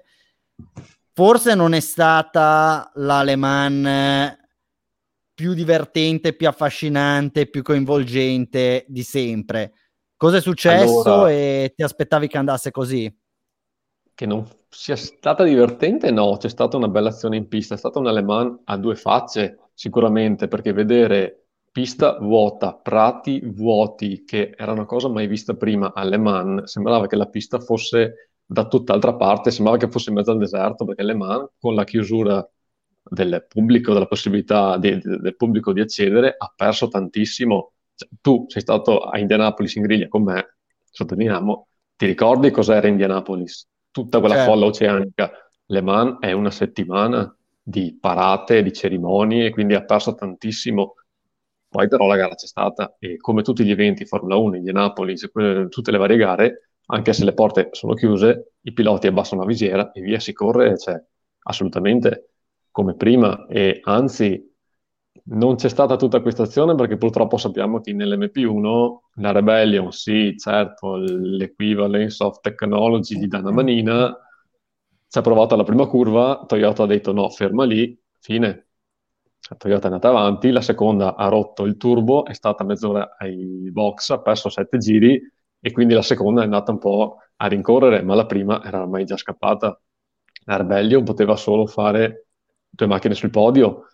Forse non è stata la Le Mans più divertente, più affascinante, più coinvolgente di sempre. Cosa è successo e ti aspettavi che andasse così?
Che non sia stata divertente, no, c'è stata una bella azione in pista, è stata una Le Mans a due facce, sicuramente, perché vedere pista vuota, prati vuoti, che era una cosa mai vista prima a Le Mans, sembrava che la pista fosse da tutt'altra parte, sembrava che fosse in mezzo al deserto, perché Le Mans, con la chiusura del pubblico, della possibilità del pubblico di accedere, ha perso tantissimo. Cioè, tu sei stato a Indianapolis in griglia con me, sottolineiamo, ti ricordi cos'era Indianapolis? Tutta quella folla oceanica. Le Mans è una settimana di parate, di cerimonie, quindi ha perso tantissimo. Poi però la gara c'è stata e come tutti gli eventi Formula 1, Indianapolis, tutte le varie gare, anche se le porte sono chiuse, i piloti abbassano la visiera e via si corre, cioè, assolutamente come prima, e anzi non c'è stata tutta questa azione perché purtroppo sappiamo che nell'MP1 la Rebellion, sì, certo, l'equivalence of technology di Dana Manina ci ha provato alla prima curva, Toyota ha detto no, ferma lì, fine. Toyota è andata avanti, la seconda ha rotto il turbo, è stata mezz'ora ai box, ha perso 7 giri e quindi la seconda è andata un po' a rincorrere, ma la prima era ormai già scappata. La Rebellion poteva solo fare 2 macchine sul podio,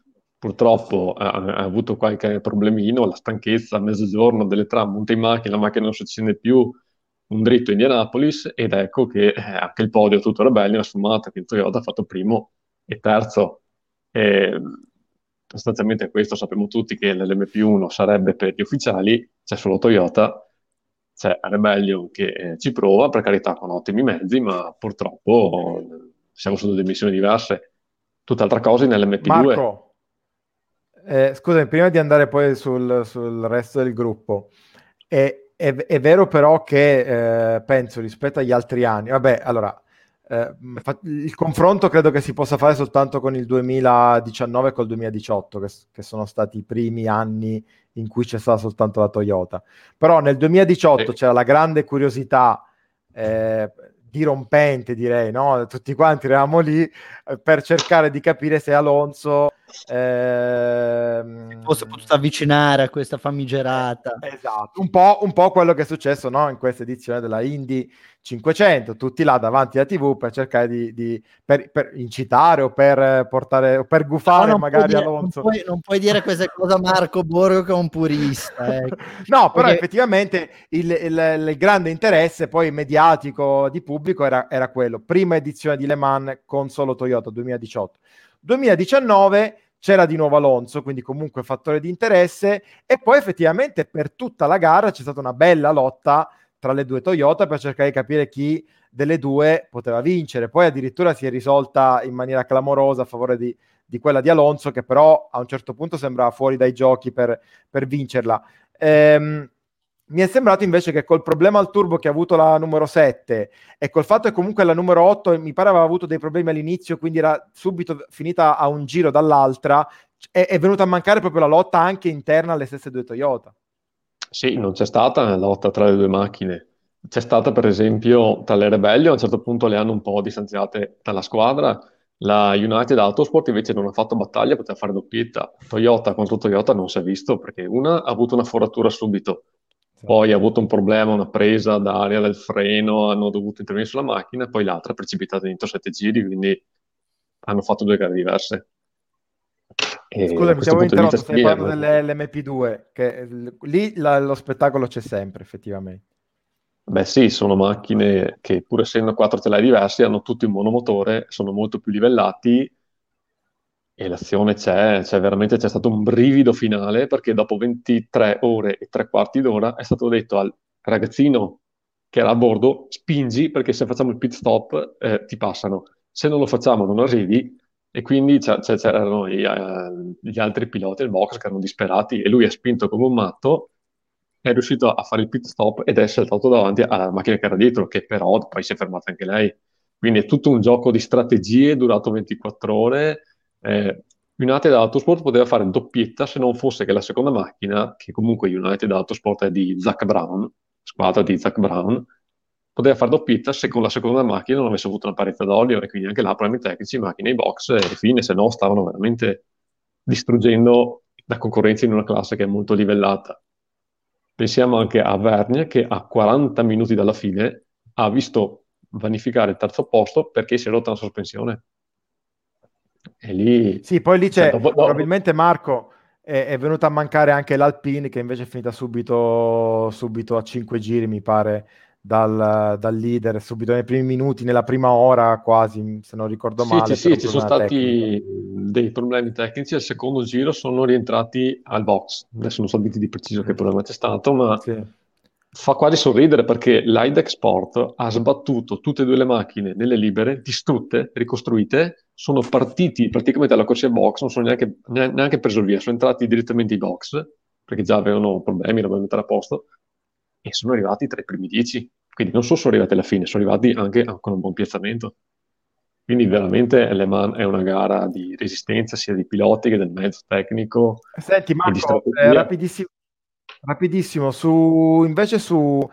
purtroppo ha avuto qualche problemino, la stanchezza a mezzogiorno delle tram, monta in macchina, la macchina non si accende più, un dritto a Indianapolis, ed ecco che anche il podio tutto ribelli ha sfumato, che il Toyota ha fatto primo e terzo. E, sostanzialmente questo sappiamo tutti che l'LMP1 sarebbe per gli ufficiali, c'è solo Toyota, c'è Rebellion che ci prova, per carità con ottimi mezzi, ma purtroppo siamo su due dimensioni diverse. Tutt'altra cosa in LMP2.
Marco, scusami, prima di andare poi sul resto del gruppo, è vero però che penso rispetto agli altri anni, vabbè, allora, il confronto credo che si possa fare soltanto con il 2019 e col 2018, che sono stati i primi anni in cui c'è stata soltanto la Toyota. Però nel 2018 c'era la grande curiosità dirompente, direi, no? Tutti quanti eravamo lì per cercare di capire se Alonso
si fosse potuto avvicinare a questa famigerata.
Esatto, un po' quello che è successo, no? In questa edizione della Indy 500, tutti là davanti alla TV per cercare per incitare o per portare o per gufare magari Alonso.
Non puoi dire queste cose a Marco Borgo che è un purista.
No, però effettivamente il grande interesse poi mediatico di pubblico era quello. Prima edizione di Le Mans con solo Toyota, 2018. 2019 c'era di nuovo Alonso, quindi comunque fattore di interesse, e poi effettivamente per tutta la gara c'è stata una bella lotta tra le due Toyota per cercare di capire chi delle due poteva vincere. Poi addirittura si è risolta in maniera clamorosa a favore di quella di Alonso, che però a un certo punto sembrava fuori dai giochi per vincerla. Mi è sembrato invece che col problema al turbo che ha avuto la numero 7 e col fatto che comunque la numero 8 mi pare aveva avuto dei problemi all'inizio, quindi era subito finita a un giro dall'altra, è venuta a mancare proprio la lotta anche interna alle stesse due Toyota.
Sì, non c'è stata una lotta tra le due macchine. C'è stata per esempio tra le Rebellion, a un certo punto le hanno un po' distanziate dalla squadra. La United Autosport invece non ha fatto battaglia, poteva fare doppietta. Toyota contro Toyota non si è visto perché una ha avuto una foratura subito, poi ha avuto un problema, una presa d'aria del freno, hanno dovuto intervenire sulla macchina, poi l'altra è precipitata dentro 7 giri, quindi hanno fatto due gare diverse.
Scusa, mi ti avevo interrotto, stai parlando dell'MP2, che lì lo spettacolo c'è sempre, effettivamente.
Beh sì, sono macchine che pur essendo 4 telai diversi hanno tutti un monomotore, sono molto più livellati e l'azione veramente c'è stato un brivido finale perché dopo 23 ore e 3/4 d'ora è stato detto al ragazzino che era a bordo: spingi perché se facciamo il pit stop ti passano, se non lo facciamo non arrivi. E quindi c'erano gli altri piloti del box che erano disperati e lui ha spinto come un matto, è riuscito a fare il pit stop ed è saltato davanti alla macchina che era dietro, che però poi si è fermata anche lei. Quindi è tutto un gioco di strategie durato 24 ore. United Autosport poteva fare doppietta se non fosse che la seconda macchina, che comunque United Autosport è di Zak Brown, squadra di Zak Brown, poteva fare doppietta se con la seconda macchina non avesse avuto una parizia d'olio, e quindi anche là problemi tecnici, macchine in box e fine, se no stavano veramente distruggendo la concorrenza in una classe che è molto livellata. Pensiamo anche a Vergne che a 40 minuti dalla fine ha visto vanificare il terzo posto perché si è rotta la sospensione. E lì...
Sì, poi lì c'è, probabilmente Marco, è venuto a mancare anche l'Alpine, che invece è finita subito a 5 giri, mi pare, dal leader, subito nei primi minuti, nella prima ora quasi, se non ricordo male.
Sì, ci sono stati dei problemi tecnici. Al secondo giro sono rientrati al box. Adesso non so dirti di preciso che problema c'è stato, ma fa quasi sorridere perché l'Idex Sport ha sbattuto tutte e due le macchine nelle libere, distrutte, ricostruite, sono partiti praticamente alla corsia box, non sono neanche preso il via, sono entrati direttamente in box perché già avevano problemi, dovevano mettere a posto, e sono arrivati tra i primi 10. Quindi non solo sono arrivati alla fine, sono arrivati anche con un buon piazzamento. Quindi veramente Le Mans è una gara di resistenza sia dei piloti che del mezzo tecnico.
Senti Marco, rapidissimo, invece sulle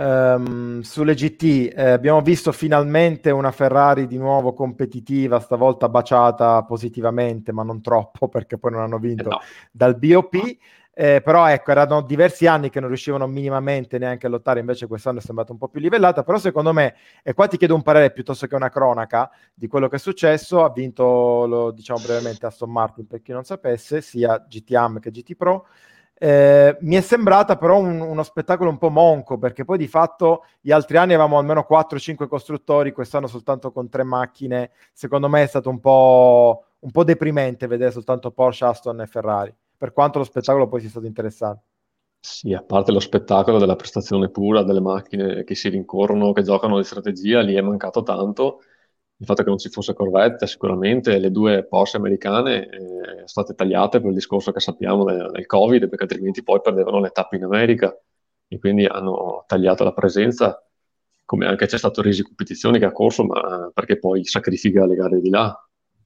GT abbiamo visto finalmente una Ferrari di nuovo competitiva, stavolta baciata positivamente, ma non troppo perché poi non hanno vinto dal BOP. però ecco, erano diversi anni che non riuscivano minimamente neanche a lottare, invece quest'anno è sembrata un po' più livellata, però secondo me, e qua ti chiedo un parere piuttosto che una cronaca di quello che è successo, ha vinto, lo diciamo brevemente, Aston Martin, per chi non sapesse, sia GTM che GT Pro. Mi è sembrata però uno spettacolo un po' monco, perché poi di fatto gli altri anni avevamo almeno 4-5 costruttori, quest'anno soltanto con 3 macchine. Secondo me è stato un po' deprimente vedere soltanto Porsche, Aston e Ferrari, per quanto lo spettacolo poi sia stato interessante.
Sì, a parte lo spettacolo della prestazione pura delle macchine che si rincorrono, che giocano di strategia, lì è mancato tanto. Il fatto che non ci fosse Corvette, sicuramente le 2 Porsche americane sono state tagliate per il discorso che sappiamo del Covid, perché altrimenti poi perdevano le tappe in America e quindi hanno tagliato la presenza, come anche c'è stato Risi Competizioni che ha corso, ma perché poi sacrifica le gare di là.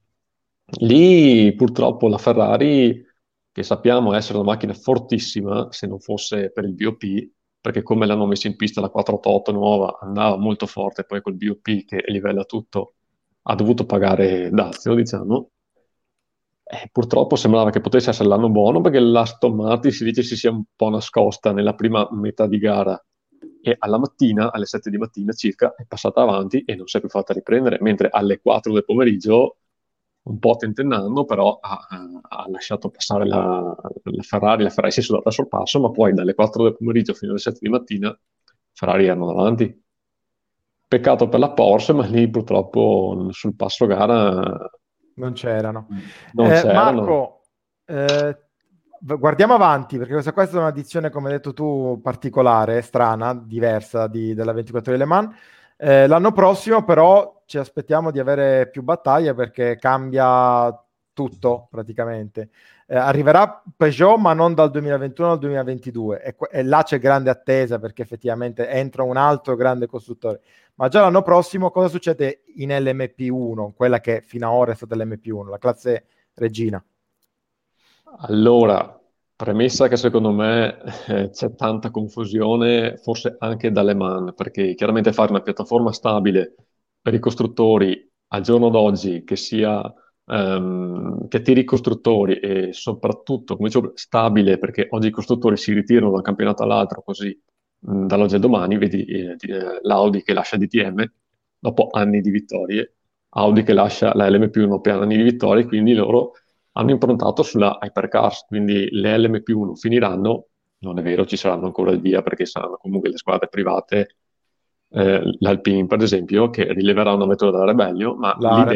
Lì purtroppo la Ferrari, che sappiamo essere una macchina fortissima, se non fosse per il BOP, perché come l'hanno messa in pista la 488 nuova, andava molto forte, poi col BOP che livella tutto, ha dovuto pagare dazio, diciamo. Purtroppo sembrava che potesse essere l'anno buono, perché l'Aston Martin si dice si sia un po' nascosta nella prima metà di gara e alla mattina, alle 7 di mattina circa, è passata avanti e non si è più fatta riprendere, mentre alle 4 del pomeriggio un po' tentennando, però ha lasciato passare la Ferrari si è sudata sul passo, ma poi dalle 4 del pomeriggio fino alle 7 di mattina Ferrari erano davanti. Peccato per la Porsche, ma lì purtroppo sul passo gara
non c'erano.
Non c'erano.
Marco, guardiamo avanti, perché questa qua è stata un'edizione, come hai detto tu, particolare, strana, diversa della 24 ore di Le Mans. L'anno prossimo però ci aspettiamo di avere più battaglie, perché cambia tutto praticamente. Arriverà Peugeot, ma non dal 2021 al 2022, e là c'è grande attesa, perché effettivamente entra un altro grande costruttore. Ma già l'anno prossimo cosa succede in LMP1, quella che fino ad ora è stata l'MP1, la classe regina?
Allora, premessa che secondo me c'è tanta confusione, forse anche da Le Mans, perché chiaramente fare una piattaforma stabile per i costruttori al giorno d'oggi, che sia che tiri i costruttori e soprattutto, come dicevo, stabile, perché oggi i costruttori si ritirano da un campionato all'altro, così dall'oggi al domani, vedi l'Audi che lascia DTM dopo anni di vittorie, Audi che lascia la LMP1 dopo anni di vittorie, quindi loro hanno improntato sulla hypercars, quindi le LMP1 finiranno, non è vero, ci saranno ancora il via, perché saranno comunque le squadre private, l'Alpine per esempio, che rileverà una metodo da Rebellion, ma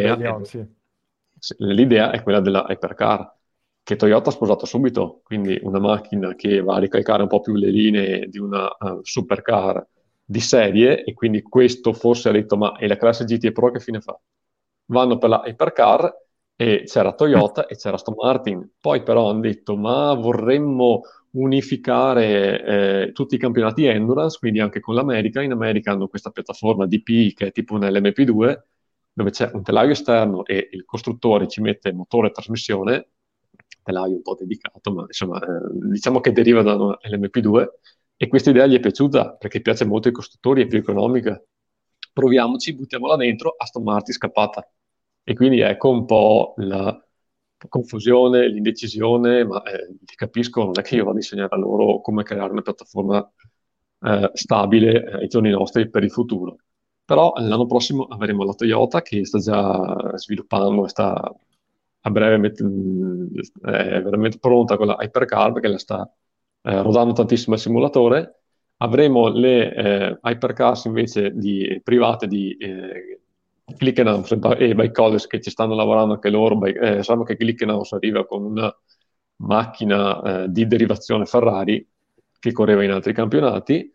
l'idea è quella della hypercar, che Toyota ha sposato subito, quindi una macchina che va a ricalcare un po' più le linee di una supercar di serie, e quindi questo forse ha detto, ma e la classe GT e Pro che fine fa? Vanno per la hypercar, e c'era Toyota e c'era Aston Martin. Poi però hanno detto, ma vorremmo unificare tutti i campionati endurance, quindi anche con l'America. In America hanno questa piattaforma DPI che è tipo un LMP2, dove c'è un telaio esterno e il costruttore ci mette motore e trasmissione, telaio un po' dedicato, ma insomma diciamo che deriva da una LMP2, e questa idea gli è piaciuta perché piace molto ai costruttori, è più economica. Proviamoci, buttiamola dentro, Aston Martin scappata. E quindi ecco un po' la confusione, l'indecisione, ma ti capisco, non è che io vado a insegnare a loro come creare una piattaforma stabile ai giorni nostri per il futuro. Però l'anno prossimo avremo la Toyota che sta già sviluppando e sta a breve è veramente pronta con la Hypercar, perché la sta rodando tantissimo il simulatore. Avremo le hypercars invece private di Glickenhaus e Bike che ci stanno lavorando anche loro. Sanno che Glickenhaus arriva con una macchina di derivazione Ferrari che correva in altri campionati.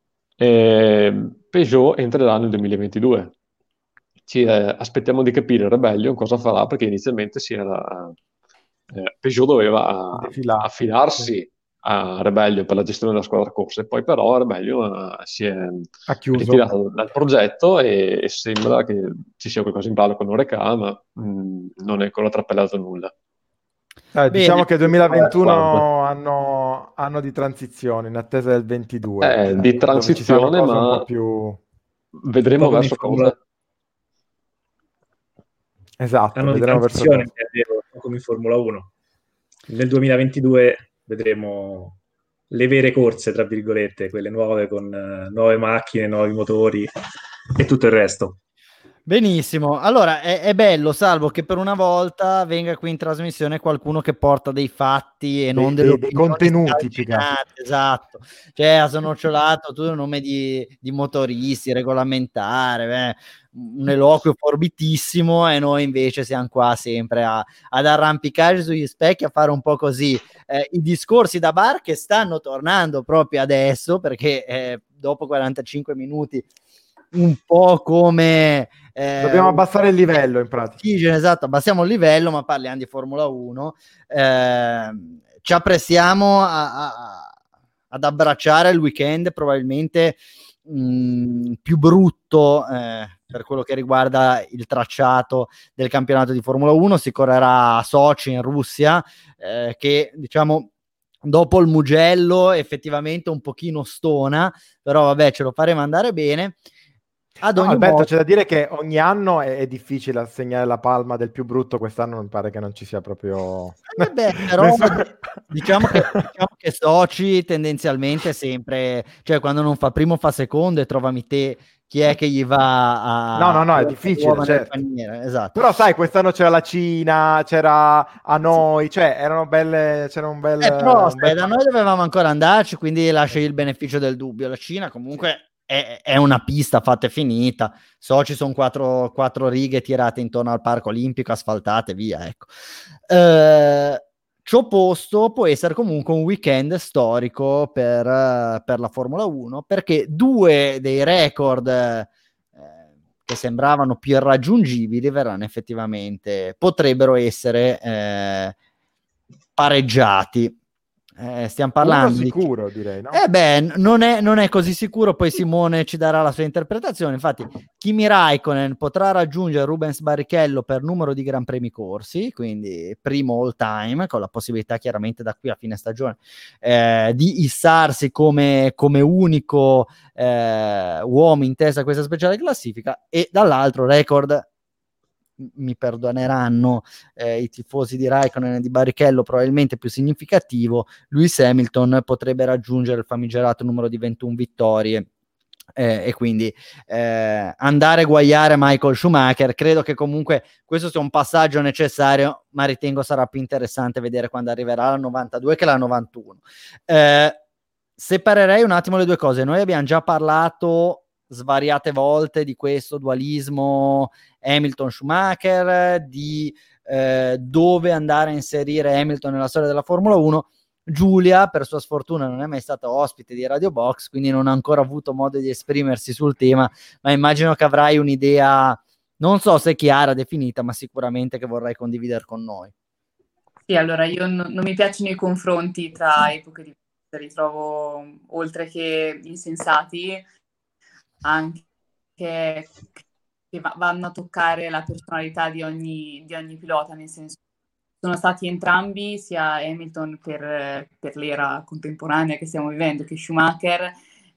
Peugeot entrerà nel 2022. Aspettiamo di capire Rebellion cosa farà, perché inizialmente Peugeot doveva affidarsi a Rebellion per la gestione della squadra corse, poi però Rebellion si è ritirato dal progetto e sembra che ci sia qualcosa in ballo con Oreca, ma non è ancora trapelato nulla.
Diciamo che 2021 anno di transizione in attesa del 22
di transizione, ma
un po' più...
vedremo verso cosa.
Esatto,
anno
vedremo
di transizione, come in Formula 1. Nel 2022 vedremo le vere corse, tra virgolette, quelle nuove con nuove macchine, nuovi motori e tutto il resto.
Benissimo, allora è bello, salvo che per una volta venga qui in trasmissione qualcuno che porta dei fatti e non delle
dei
opinioni
contenuti,
scalcinate, esatto, cioè ha snocciolato tutto il nome di motoristi, regolamentare, un eloquio forbitissimo, e noi invece siamo qua sempre ad arrampicarci sugli specchi, a fare un po' così i discorsi da bar, che stanno tornando proprio adesso, perché dopo 45 minuti un po' come
dobbiamo abbassare il livello, in pratica.
esatto, abbassiamo il livello, ma parliamo di Formula 1. Ci apprestiamo ad abbracciare il weekend probabilmente più brutto per quello che riguarda il tracciato del campionato di Formula 1. Si correrà a Sochi in Russia, che diciamo dopo il Mugello effettivamente un pochino stona, però vabbè, ce lo faremo andare bene.
Alberto, c'è da dire che ogni anno è difficile assegnare la palma del più brutto. Quest'anno mi pare che non ci sia proprio
però diciamo che Sochi tendenzialmente sempre, cioè quando non fa primo fa secondo, e trovami te chi è che gli va a
no, è difficile, certo.
Esatto.
Però sai, quest'anno c'era la Cina, c'era a noi, cioè erano belle, c'era un bel
però da noi dovevamo ancora andarci, quindi lasci il beneficio del dubbio. La Cina comunque è una pista fatta e finita. Ci sono quattro righe tirate intorno al parco olimpico, asfaltate, via, ecco. Ciò posto, può essere comunque un weekend storico per la Formula 1, perché due dei record che sembravano più irraggiungibili potrebbero essere pareggiati. Stiamo parlando
uno sicuro, direi, no?
non è così sicuro, poi Simone ci darà la sua interpretazione. Infatti Kimi Raikkonen potrà raggiungere Rubens Barrichello per numero di Gran Premi corsi, quindi primo all time, con la possibilità chiaramente da qui a fine stagione di issarsi come unico uomo in testa a questa speciale classifica. E dall'altro record, mi perdoneranno i tifosi di Raikkonen e di Barrichello, probabilmente più significativo, Lewis Hamilton potrebbe raggiungere il famigerato numero di 21 vittorie e quindi andare a guagliare Michael Schumacher. Credo che comunque questo sia un passaggio necessario, ma ritengo sarà più interessante vedere quando arriverà la 92 che la 91. Separerei un attimo le due cose. Noi abbiamo già parlato svariate volte di questo dualismo Hamilton-Schumacher, di dove andare a inserire Hamilton nella storia della Formula 1. Giulia, per sua sfortuna, non è mai stata ospite di Radio Box, quindi non ha ancora avuto modo di esprimersi sul tema, ma immagino che avrai un'idea, non so se chiara, definita, ma sicuramente che vorrai condividere con noi.
Sì, allora io non mi piacciono i confronti tra epoche diverse, li trovo oltre che insensati, anche che vanno a toccare la personalità di ogni pilota, nel senso sono stati entrambi, sia Hamilton per l'era contemporanea che stiamo vivendo che Schumacher,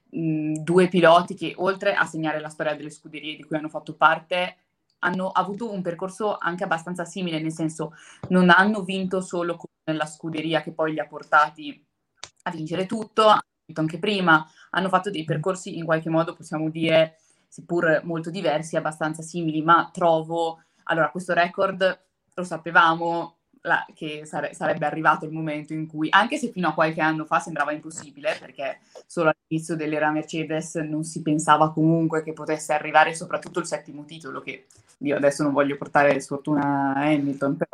due piloti che oltre a segnare la storia delle scuderie di cui hanno fatto parte hanno avuto un percorso anche abbastanza simile, nel senso non hanno vinto solo con la scuderia che poi li ha portati a vincere tutto, hanno vinto anche prima, hanno fatto dei percorsi in qualche modo, possiamo dire, seppur molto diversi, abbastanza simili, ma trovo, allora questo record lo sapevamo che sarebbe arrivato il momento in cui, anche se fino a qualche anno fa sembrava impossibile, perché solo all'inizio dell'era Mercedes non si pensava comunque che potesse arrivare soprattutto il 7° titolo, che io adesso non voglio portare sfortuna a Hamilton, però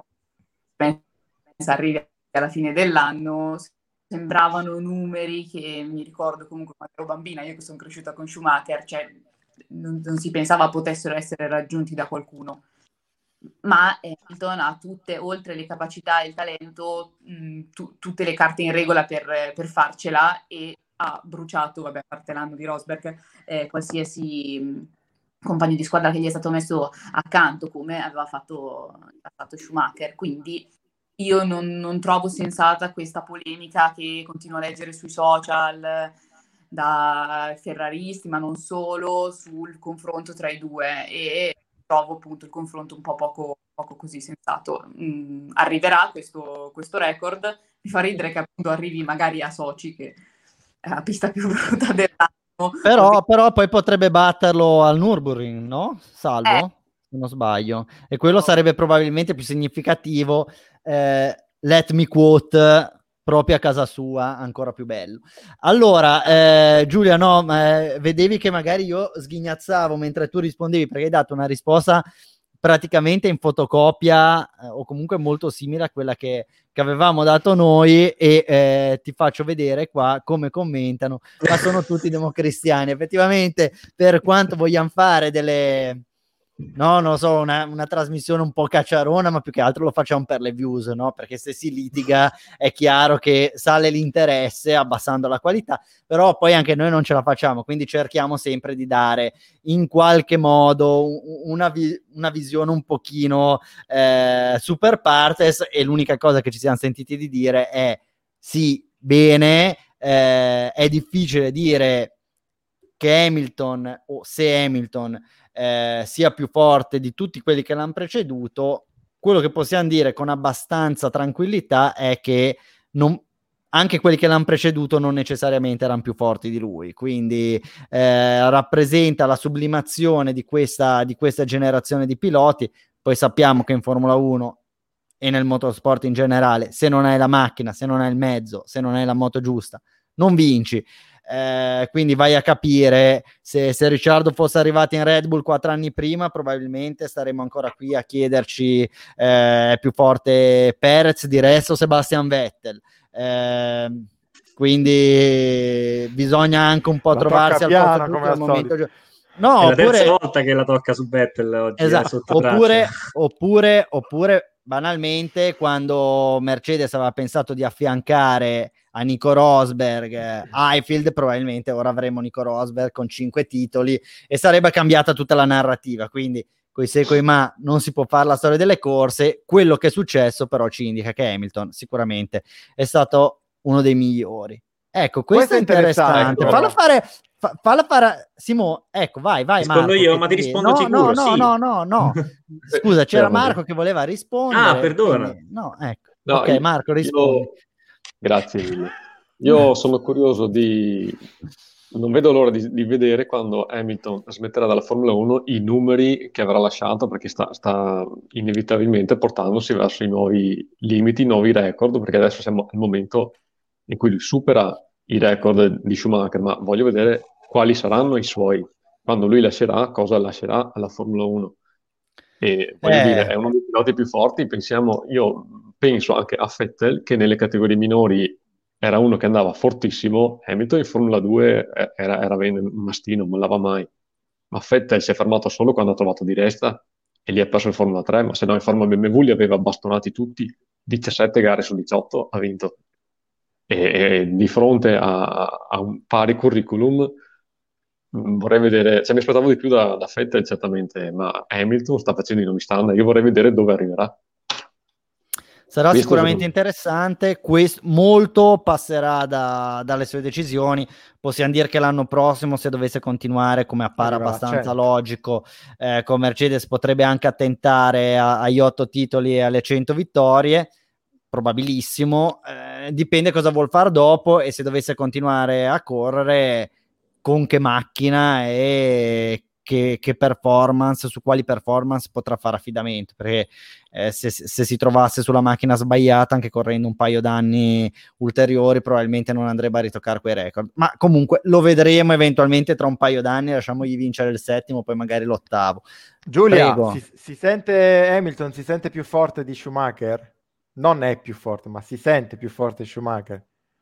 pensa arrivi alla fine dell'anno, sembravano numeri che mi ricordo comunque quando ero bambina, io che sono cresciuta con Schumacher, cioè non si pensava potessero essere raggiunti da qualcuno. Ma Hamilton ha tutte, oltre le capacità e il talento, tutte le carte in regola per farcela, e ha bruciato, vabbè, a parte l'anno di Rosberg, qualsiasi compagno di squadra che gli è stato messo accanto, come aveva fatto Schumacher. Quindi io non trovo sensata questa polemica che continuo a leggere sui social da ferraristi, ma non solo, sul confronto tra i due, e trovo appunto il confronto un po' poco così sensato. Arriverà questo record. Mi fa ridere che appunto arrivi magari a Sochi, che è la pista più brutta dell'anno.
Però poi potrebbe batterlo al Nürburgring, no? Salvo, se non sbaglio. E quello sarebbe probabilmente più significativo. Let me quote, proprio a casa sua, ancora più bello. Allora, Giulia, no, vedevi che magari io sghignazzavo mentre tu rispondevi, perché hai dato una risposta praticamente in fotocopia o comunque molto simile a quella che avevamo dato noi, e ti faccio vedere qua come commentano, ma sono tutti democristiani. Effettivamente, per quanto vogliamo fare delle... No, non lo so, una trasmissione un po' cacciarona, ma più che altro lo facciamo per le views, no? Perché se si litiga è chiaro che sale l'interesse abbassando la qualità, però poi anche noi non ce la facciamo, quindi cerchiamo sempre di dare in qualche modo una visione un pochino super partes, e l'unica cosa che ci siamo sentiti di dire è sì, bene, è difficile dire che Hamilton, o se Hamilton sia più forte di tutti quelli che l'hanno preceduto. Quello che possiamo dire con abbastanza tranquillità è che anche quelli che l'hanno preceduto non necessariamente erano più forti di lui, quindi rappresenta la sublimazione di questa generazione di piloti. Poi sappiamo che in Formula 1 e nel motorsport in generale, se non hai la macchina, se non hai il mezzo, se non hai la moto giusta, non vinci. Quindi vai a capire, se Ricciardo fosse arrivato in Red Bull 4 anni prima, probabilmente staremo ancora qui a chiederci è più forte Perez di Resto Sebastian Vettel. Quindi bisogna anche un po' trovarsi al posto giusto al momento giusto. No,
è la terza volta che la tocca su Vettel oggi.
Esatto. Oppure banalmente, quando Mercedes aveva pensato di affiancare a Nico Rosberg Highfield, probabilmente ora avremo Nico Rosberg con 5 titoli e sarebbe cambiata tutta la narrativa. Quindi coi se coi ma non si può fare la storia delle corse. Quello che è successo però ci indica che Hamilton sicuramente è stato uno dei migliori. Ecco, questo è interessante. Falla fare Simo, ecco, vai
rispondo
Marco,
io, ma ti rispondo sicuro, sì.
No. Scusa, c'era Marco che voleva rispondere.
Perdona.
Quindi, ecco. No, ok, Marco, rispondi.
Grazie mille. Io sono curioso non vedo l'ora di vedere quando Hamilton smetterà dalla Formula 1 i numeri che avrà lasciato, perché sta inevitabilmente portandosi verso i nuovi limiti, i nuovi record, perché adesso siamo al momento in cui lui supera i record di Schumacher, ma voglio vedere quali saranno i suoi. Quando lui lascerà, cosa lascerà alla Formula 1. E voglio dire, è uno dei piloti più forti. Io penso anche a Vettel, che nelle categorie minori era uno che andava fortissimo. Hamilton in Formula 2 era un mastino, non mollava mai. Ma Vettel si è fermato solo quando ha trovato di resta e lì ha perso in Formula 3, ma se no in Formula BMW li aveva bastonati tutti, 17 gare su 18 ha vinto. E di fronte a un pari curriculum vorrei vedere, mi aspettavo di più da Vettel certamente, ma Hamilton sta facendo i nomi standard, io vorrei vedere dove arriverà.
Sarà sicuramente interessante, molto passerà dalle sue decisioni. Possiamo dire che l'anno prossimo, se dovesse continuare come appare abbastanza logico, con Mercedes potrebbe anche attentare agli 8 titoli e alle 100 vittorie, probabilissimo. Dipende cosa vuol fare dopo e se dovesse continuare a correre con che macchina e che performance, su quali performance potrà fare affidamento, perché se si trovasse sulla macchina sbagliata, anche correndo un paio d'anni ulteriori, probabilmente non andrebbe a ritoccare quei record, ma comunque lo vedremo eventualmente tra un paio d'anni, lasciamogli vincere il 7º, poi magari l'8º.
Giulia, si sente Hamilton, si sente più forte di Schumacher? Non è più forte, ma si sente più forte di Schumacher?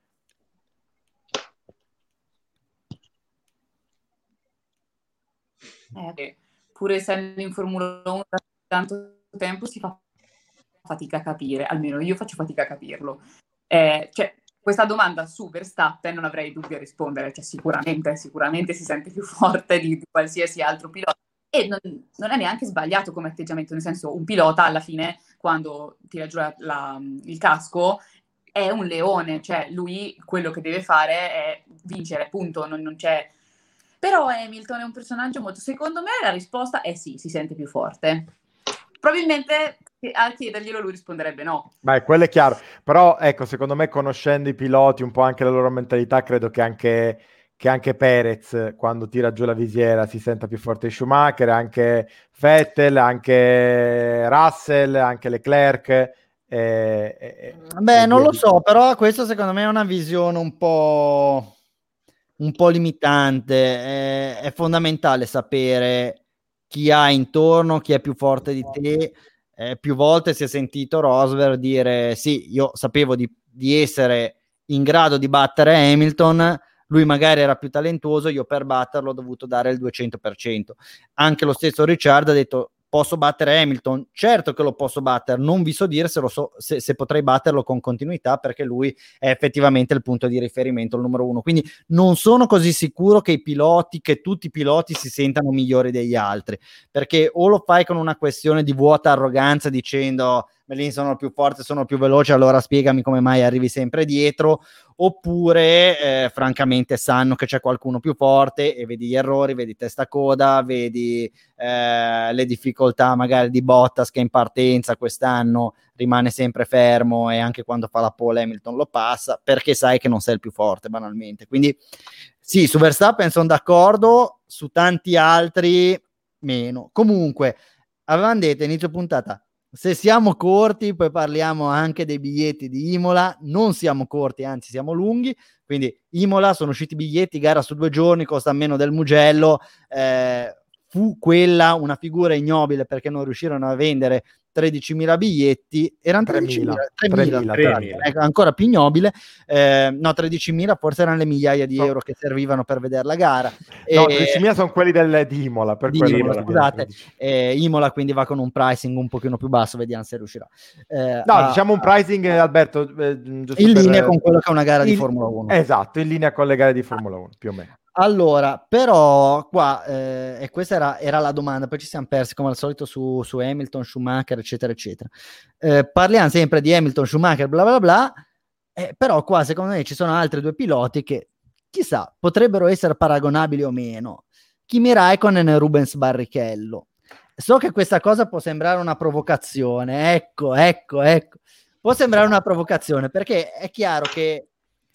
Pur essendo in Formula 1 da tanto tempo si fa fatica a capire, almeno io faccio fatica a capirlo. Cioè, questa domanda su Verstappen non avrei dubbi a rispondere, cioè sicuramente si sente più forte di qualsiasi altro pilota e non è neanche sbagliato come atteggiamento, nel senso, un pilota alla fine quando tira giù il casco è un leone, cioè lui quello che deve fare è vincere, punto, non c'è. Però Hamilton è un personaggio molto... Secondo me la risposta è sì, si sente più forte. probabilmente a chiederglielo lui risponderebbe no.
Beh, quello è chiaro. Però, ecco, secondo me, conoscendo i piloti, un po' anche la loro mentalità, credo che anche Perez, quando tira giù la visiera, si senta più forte di Schumacher, anche Vettel, anche Russell, anche Leclerc.
Beh, non lo so, però questo secondo me è una visione un po' limitante. È fondamentale sapere chi hai intorno, chi è più forte di te. Più volte si è sentito Rosberg dire sì, io sapevo di essere in grado di battere Hamilton, lui magari era più talentuoso, io per batterlo ho dovuto dare il 200%. Anche lo stesso Ricciardo ha detto posso battere Hamilton? Certo che lo posso battere, non vi so dire se potrei batterlo con continuità, perché lui è effettivamente il punto di riferimento, il numero uno. Quindi non sono così sicuro che tutti i piloti si sentano migliori degli altri, perché o lo fai con una questione di vuota arroganza dicendo lì sono più forte, sono più veloce, allora spiegami come mai arrivi sempre dietro, oppure francamente sanno che c'è qualcuno più forte e vedi gli errori, vedi testa coda, vedi le difficoltà magari di Bottas che in partenza quest'anno rimane sempre fermo e anche quando fa la pole Hamilton lo passa, perché sai che non sei il più forte banalmente. Quindi sì, su Verstappen sono d'accordo, su tanti altri meno. Comunque avevamo detto inizio puntata, se siamo corti poi parliamo anche dei biglietti di Imola. Non siamo corti, anzi siamo lunghi, quindi Imola sono usciti biglietti, gara su 2 giorni, costa meno del Mugello. Fu quella una figura ignobile perché non riuscirono a vendere 13.000 biglietti, erano 3.000, ancora più ignobile. No, 13.000 forse erano le migliaia di euro che servivano per vedere la gara.
No, 13.000 sono quelli di Imola, per quello
Imola, scusate. Imola quindi va con un pricing un pochino più basso, vediamo se riuscirà.
Diciamo un pricing, Alberto,
in linea con quello che è una gara di Formula 1.
Esatto, in linea con le gare di Formula 1, più o meno.
Allora, però qua, e questa era la domanda, poi ci siamo persi come al solito su Hamilton, Schumacher, eccetera, eccetera. Parliamo sempre di Hamilton, Schumacher, bla bla bla, però qua secondo me ci sono altri 2 piloti che, chissà, potrebbero essere paragonabili o meno. Kimi Raikkonen e Rubens Barrichello. So che questa cosa può sembrare una provocazione, ecco. Può sembrare una provocazione, perché è chiaro che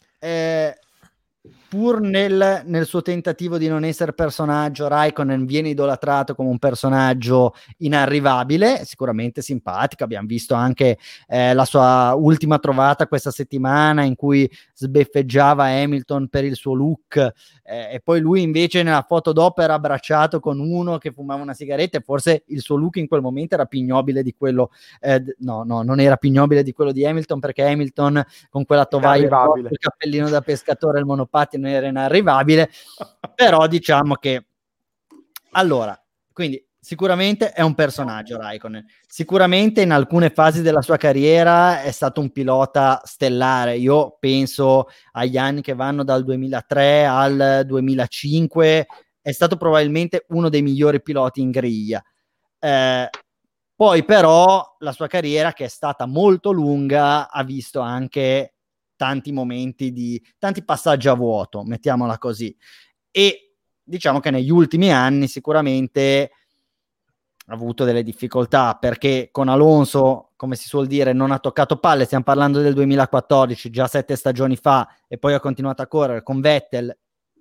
pur nel suo tentativo di non essere personaggio, Raikkonen viene idolatrato come un personaggio inarrivabile, sicuramente simpatico. Abbiamo visto anche la sua ultima trovata questa settimana in cui sbeffeggiava Hamilton per il suo look, e poi lui invece nella foto dopo era abbracciato con uno che fumava una sigaretta, e forse il suo look in quel momento era più ignobile di quello no, non era più ignobile di quello di Hamilton, perché Hamilton con quella tovaglia, il cappellino da pescatore e il monopattino era inarrivabile. Però diciamo che allora, quindi sicuramente è un personaggio Raikkonen, sicuramente in alcune fasi della sua carriera è stato un pilota stellare. Io penso agli anni che vanno dal 2003 al 2005, è stato probabilmente uno dei migliori piloti in griglia. Poi però la sua carriera, che è stata molto lunga, ha visto anche tanti momenti tanti passaggi a vuoto, mettiamola così, e diciamo che negli ultimi anni sicuramente ha avuto delle difficoltà, perché con Alonso, come si suol dire, non ha toccato palle. Stiamo parlando del 2014, già 7 stagioni fa, e poi ha continuato a correre. Con Vettel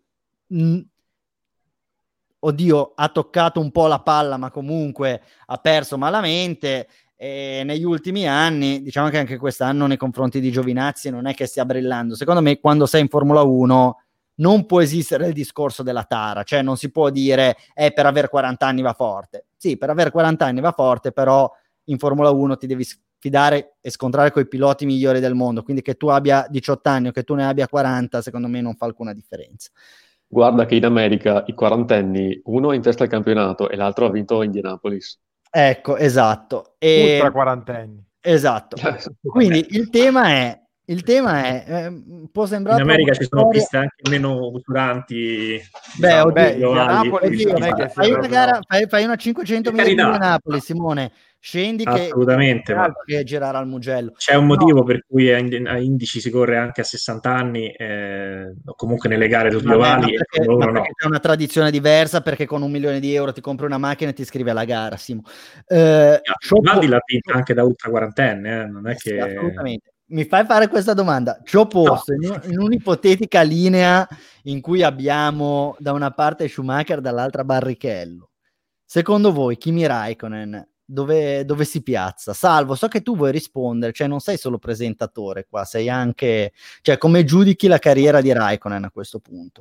oddio, ha toccato un po' la palla, ma comunque ha perso malamente. E negli ultimi anni, diciamo che anche quest'anno nei confronti di Giovinazzi non è che stia brillando. Secondo me quando sei in Formula 1 non può esistere il discorso della tara, cioè non si può dire per aver 40 anni va forte. Sì, per aver 40 anni va forte, però in Formula 1 ti devi sfidare e scontrare con i piloti migliori del mondo, quindi che tu abbia 18 anni o che tu ne abbia 40, secondo me non fa alcuna differenza.
Guarda che in America i quarantenni, uno è in testa al campionato e l'altro ha vinto Indianapolis.
Ecco, esatto.
Ultra quarantenni.
Esatto. Quindi il tema è può sembrare
in America ci sono piste anche meno usuranti.
Indianapolis non è che
fai una 500 mila di Indianapolis, Simone. Scendi
assolutamente, ma
che girare al Mugello.
c'è un motivo per cui a Indy ci si corre anche a 60 anni, o comunque nelle gare sugli ovali, e uno no.
C'è una tradizione diversa, perché con €1 milione ti compri una macchina e ti iscrivi alla gara, Simo.
Valdi l'ha vinta anche da ultra quarantenne, non è
sì,
che...
assolutamente. Mi fai fare questa domanda? Ci ho posto in un'ipotetica linea in cui abbiamo da una parte Schumacher, dall'altra Barrichello. Secondo voi Kimi Räikkönen dove si piazza? Salvo, so che tu vuoi rispondere, cioè non sei solo presentatore qua, sei anche, cioè come giudichi la carriera di Räikkönen a questo punto?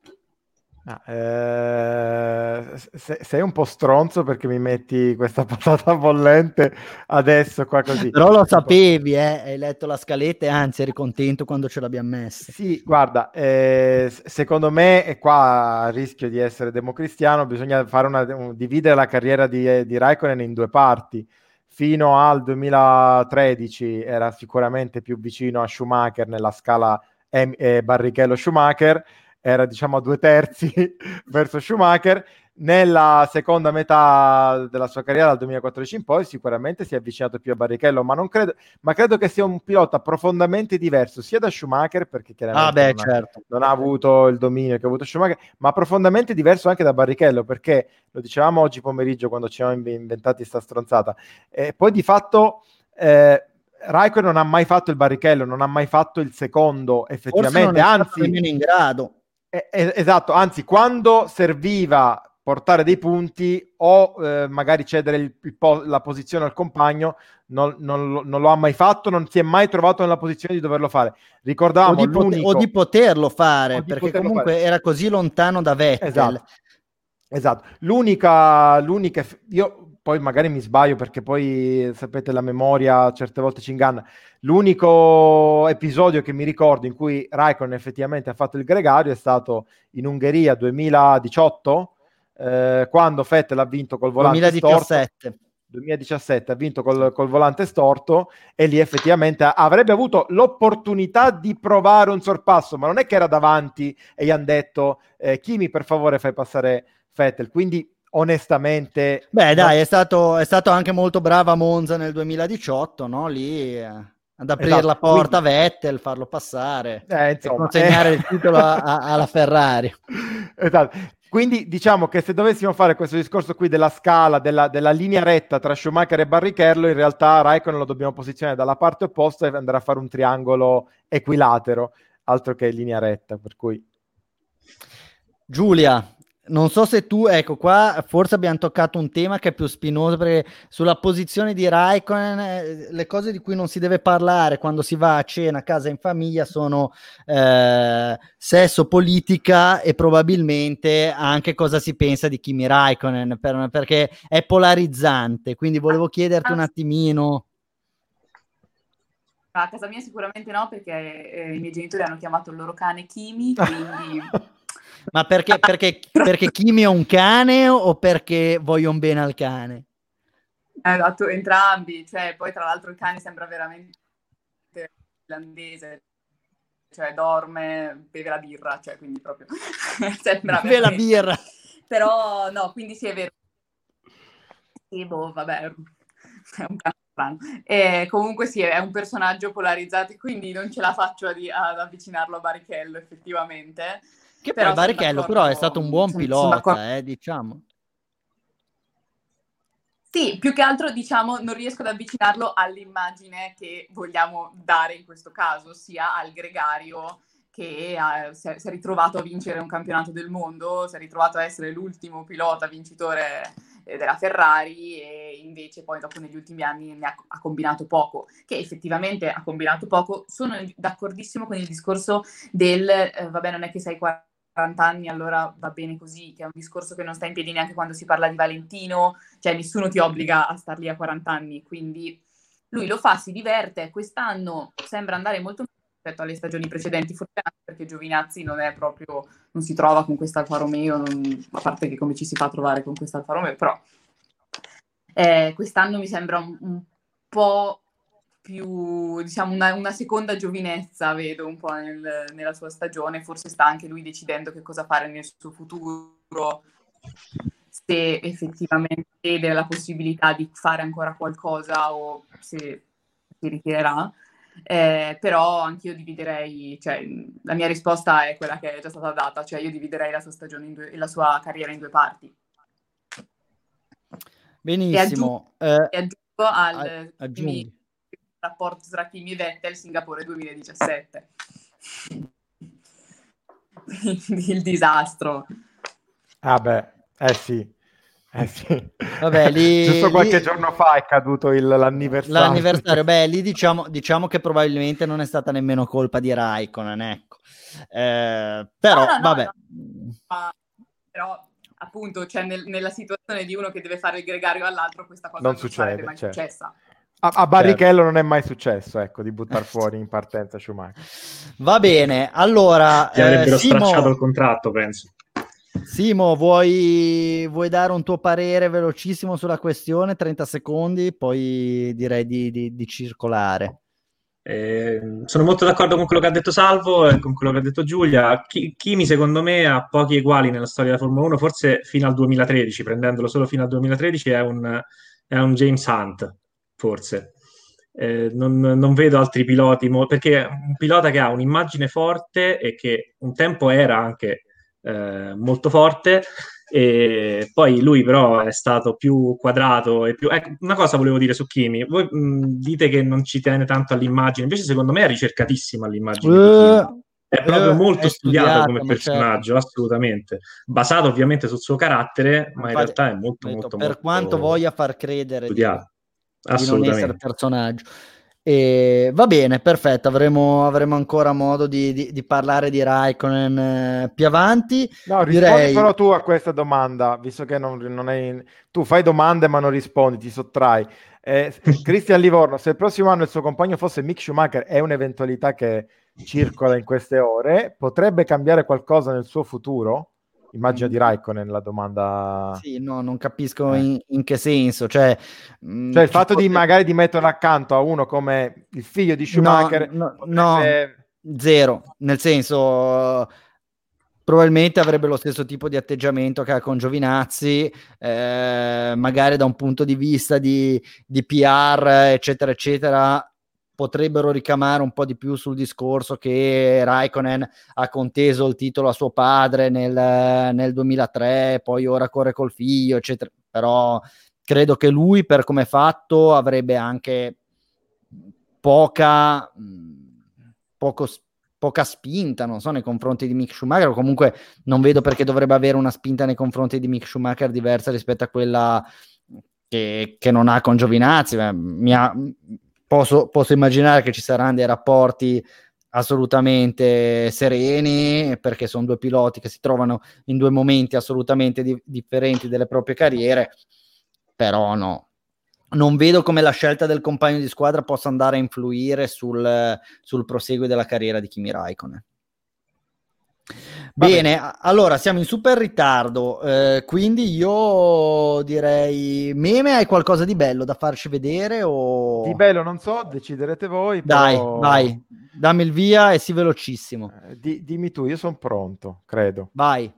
Sei un po' stronzo perché mi metti questa patata bollente adesso qua così.
Però lo sapevi, hai letto la scaletta e anzi eri contento quando ce l'abbiamo messa.
Sì, guarda, secondo me, e qua a rischio di essere democristiano, bisogna fare dividere la carriera di Räikkönen in due parti. Fino al 2013 era sicuramente più vicino a Schumacher nella scala Barrichello-Schumacher, era diciamo a 2/3 verso Schumacher. Nella seconda metà della sua carriera, dal 2014 in poi, sicuramente si è avvicinato più a Barrichello, ma credo che sia un pilota profondamente diverso sia da Schumacher, perché chiaramente non ha avuto il dominio che ha avuto Schumacher, ma profondamente diverso anche da Barrichello, perché lo dicevamo oggi pomeriggio quando ci siamo inventati sta stronzata. Poi di fatto Räikkönen non ha mai fatto il Barrichello, non ha mai fatto il secondo effettivamente, anzi
nemmeno in grado.
Esatto, anzi quando serviva portare dei punti o magari cedere la posizione al compagno non lo ha mai fatto, non si è mai trovato nella posizione di doverlo fare. Ricordavamo
o di poterlo fare, perché comunque era così lontano da Vettel.
Esatto. L'unica io poi magari mi sbaglio perché poi sapete la memoria certe volte ci inganna. L'unico episodio che mi ricordo in cui Räikkönen effettivamente ha fatto il gregario è stato in Ungheria 2018, quando Vettel ha vinto col volante 2017 ha vinto col volante storto, e lì effettivamente avrebbe avuto l'opportunità di provare un sorpasso, ma non è che era davanti e gli hanno detto Kimi per favore fai passare Vettel, quindi onestamente
è stato anche molto bravo a Monza nel 2018, no? Lì ad aprire la porta a Vettel, farlo passare e consegnare il titolo alla Ferrari.
Esatto. Quindi diciamo che se dovessimo fare questo discorso qui della scala, della linea retta tra Schumacher e Barrichello, in realtà Räikkönen lo dobbiamo posizionare dalla parte opposta e andare a fare un triangolo equilatero, altro che linea retta, per cui...
Giulia, non so se tu, ecco qua forse abbiamo toccato un tema che è più spinoso, perché sulla posizione di Räikkönen le cose di cui non si deve parlare quando si va a cena a casa in famiglia sono sesso, politica e probabilmente anche cosa si pensa di Kimi Räikkönen, perché è polarizzante, quindi volevo chiederti un attimino.
A casa mia sicuramente no, perché i miei genitori hanno chiamato il loro cane Kimi, quindi...
Ma perché Kimi è un cane o perché vogliono bene al cane?
Esatto, entrambi. Cioè, poi tra l'altro il cane sembra veramente irlandese, cioè dorme, beve la birra, cioè quindi proprio sembra
beve la birra.
Però no, quindi sì, è vero. Sì, boh, vabbè, è un cane strano. E comunque sì, è un personaggio polarizzato, quindi non ce la faccio ad avvicinarlo a Barrichello, effettivamente.
Che poi Barrichello però è stato un buon pilota, diciamo.
Sì, più che altro diciamo non riesco ad avvicinarlo all'immagine che vogliamo dare in questo caso, sia al gregario che si è ritrovato a vincere un campionato del mondo, si è ritrovato a essere l'ultimo pilota vincitore della Ferrari, e invece poi dopo negli ultimi anni ne ha combinato poco, che effettivamente ha combinato poco. Sono d'accordissimo con il discorso del vabbè, non è che sei 40 anni allora va bene così, che è un discorso che non sta in piedi neanche quando si parla di Valentino, cioè nessuno ti obbliga a star lì a 40 anni, quindi lui lo fa, si diverte. Quest'anno sembra andare molto meglio rispetto alle stagioni precedenti, forse anche perché Giovinazzi non si trova con questa Alfa Romeo, a parte che come ci si fa a trovare con questa Alfa Romeo, però quest'anno mi sembra un po' più, diciamo, una seconda giovinezza, vedo un po' nella sua stagione. Forse sta anche lui decidendo che cosa fare nel suo futuro, se effettivamente vede la possibilità di fare ancora qualcosa o se si ritirerà. Però anch'io dividerei, cioè la mia risposta è quella che è già stata data, cioè io dividerei la sua stagione la sua carriera in 2 parti.
Benissimo.
E aggiungo al
aggiungi.
rapporto tra Kimi e Vettel Singapore 2017. Quindi il disastro.
Ah beh, sì.
Vabbè,
giusto qualche giorno fa è caduto l'anniversario.
Beh, lì diciamo che probabilmente non è stata nemmeno colpa di Raikkonen, ecco. Però vabbè.
No. Però appunto, cioè nella situazione di uno che deve fare il gregario all'altro, questa cosa non sarebbe mai successa.
A Barrichello non è mai successo, ecco, di buttare fuori in partenza Schumacher.
Va bene, allora
ti avrebbero stracciato il contratto, penso.
Simo, vuoi dare un tuo parere velocissimo sulla questione? 30 secondi, poi direi di circolare.
Sono molto d'accordo con quello che ha detto Salvo e con quello che ha detto Giulia. Kimi secondo me ha pochi eguali nella storia della Formula 1, forse fino al 2013, prendendolo solo fino al 2013 è un James Hunt, forse. Non vedo altri piloti, perché un pilota che ha un'immagine forte e che un tempo era anche molto forte, e poi lui però è stato più quadrato e più... Ecco, una cosa volevo dire su Kimi: voi dite che non ci tiene tanto all'immagine, invece secondo me è ricercatissima l'immagine di Kimi, è proprio molto studiata come personaggio, certo. Assolutamente, basato ovviamente sul suo carattere, ma in realtà è molto
per quanto voglia far credere
studiato.
Di non essere personaggio. E va bene, perfetto, avremo ancora modo di parlare di Raikkonen più avanti.
No, rispondi però tu a questa domanda, visto che non hai... Tu fai domande ma non rispondi, ti sottrai. Christian Livorno, se il prossimo anno il suo compagno fosse Mick Schumacher, è un'eventualità che circola in queste ore, potrebbe cambiare qualcosa nel suo futuro? Immagino di Raikkonen la domanda.
Sì, no, non capisco in che senso. Cioè
il fatto di magari di metterlo accanto a uno come il figlio di Schumacher.
No, zero. Nel senso, probabilmente avrebbe lo stesso tipo di atteggiamento che ha con Giovinazzi, magari da un punto di vista di PR, eccetera, eccetera. Potrebbero ricamare un po' di più sul discorso che Raikkonen ha conteso il titolo a suo padre nel 2003, poi ora corre col figlio, eccetera. Però credo che lui, per come è fatto, avrebbe anche poca spinta, non so, nei confronti di Mick Schumacher, o comunque non vedo perché dovrebbe avere una spinta nei confronti di Mick Schumacher diversa rispetto a quella che non ha con Giovinazzi. Posso immaginare che ci saranno dei rapporti assolutamente sereni, perché sono due piloti che si trovano in due momenti assolutamente differenti delle proprie carriere, però no, non vedo come la scelta del compagno di squadra possa andare a influire sul proseguo della carriera di Kimi Raikkonen. Bene, allora siamo in super ritardo, quindi io direi, Meme, hai qualcosa di bello da farci vedere? O...
Di bello non so, deciderete voi.
Dai,
però...
vai, dammi il via e sii velocissimo.
Dimmi tu, io sono pronto, credo.
Vai.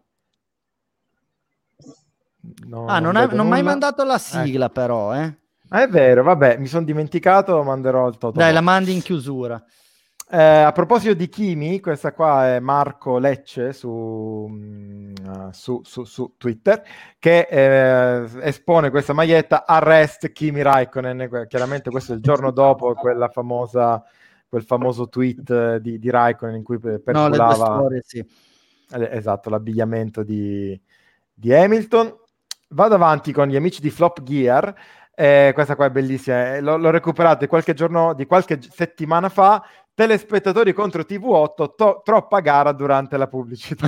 No, non
hai mai mandato la sigla però,
È vero, vabbè, mi sono dimenticato, manderò il Totò.
Dai, la mandi in chiusura.
A proposito di Kimi, questa qua è Marco Lecce su Twitter, che espone questa maglietta Arrest Kimi Raikkonen. Chiaramente questo è il giorno dopo quel famoso tweet di Raikkonen in cui perculava esatto, l'abbigliamento di Hamilton. Vado avanti con gli amici di Flop Gear. Questa qua è bellissima, l'ho recuperato di qualche settimana fa. Telespettatori contro TV8, troppa gara durante la pubblicità.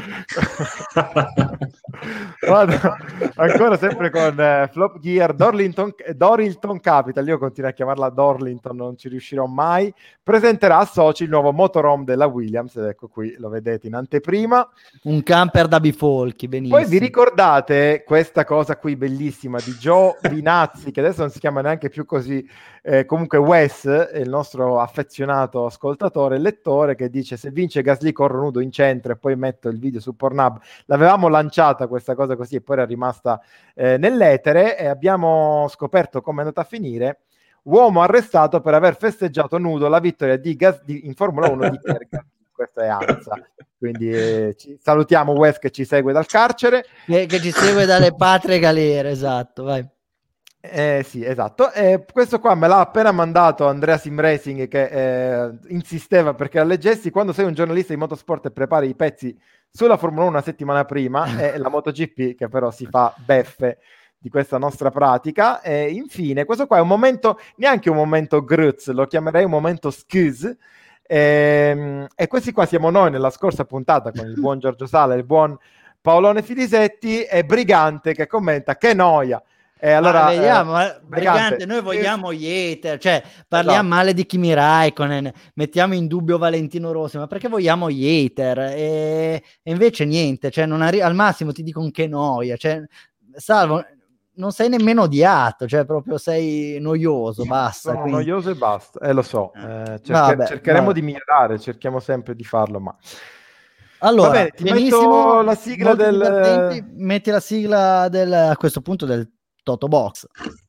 Vado ancora sempre con Flop Gear. Dorilton Capital, io continuo a chiamarla Dorlington, non ci riuscirò mai, presenterà a Sochi il nuovo motorhome della Williams, ecco qui, lo vedete in anteprima.
Un camper da bifolchi, benissimo.
Poi vi ricordate questa cosa qui bellissima di Joe Vinazzi, che adesso non si chiama neanche più così, comunque Wes, il nostro affezionato ascoltatore e lettore, che dice: se vince Gasly corro nudo in centro e poi metto il video su Pornhub. L'avevamo lanciata questa cosa così e poi era rimasta nell'etere, e abbiamo scoperto come è andata a finire. Uomo arrestato per aver festeggiato nudo la vittoria in Formula 1 di Pierre Gasly. Questa è Anza. Quindi salutiamo Wes che ci segue dal carcere.
Che ci segue dalle patrie galere, esatto, vai.
Sì, esatto. Questo qua me l'ha appena mandato Andrea Sim Racing, che insisteva perché la leggessi. Quando sei un giornalista di motorsport e prepari i pezzi sulla Formula 1 una settimana prima, è la MotoGP che però si fa beffe di questa nostra pratica. E infine, questo qua è un momento, neanche un momento gruz, lo chiamerei un momento scus. E questi qua siamo noi nella scorsa puntata con il buon Giorgio Sala e il buon Paolone Filisetti e Brigante che commenta: che noia. Allora,
vediamo, Brigante, noi vogliamo gli hater, cioè parliamo male di Kimi Raikkonen, mettiamo in dubbio Valentino Rossi, ma perché vogliamo gli hater? E invece niente, cioè non al massimo ti dicono che noia, cioè Salvo, non sei nemmeno odiato, cioè proprio sei noioso, basta.
Sono noioso e basta, lo so, cercheremo di migliorare, cerchiamo sempre di farlo, ma...
Allora,
va bene, ti metto la sigla
metti la sigla a questo punto del Toto Box.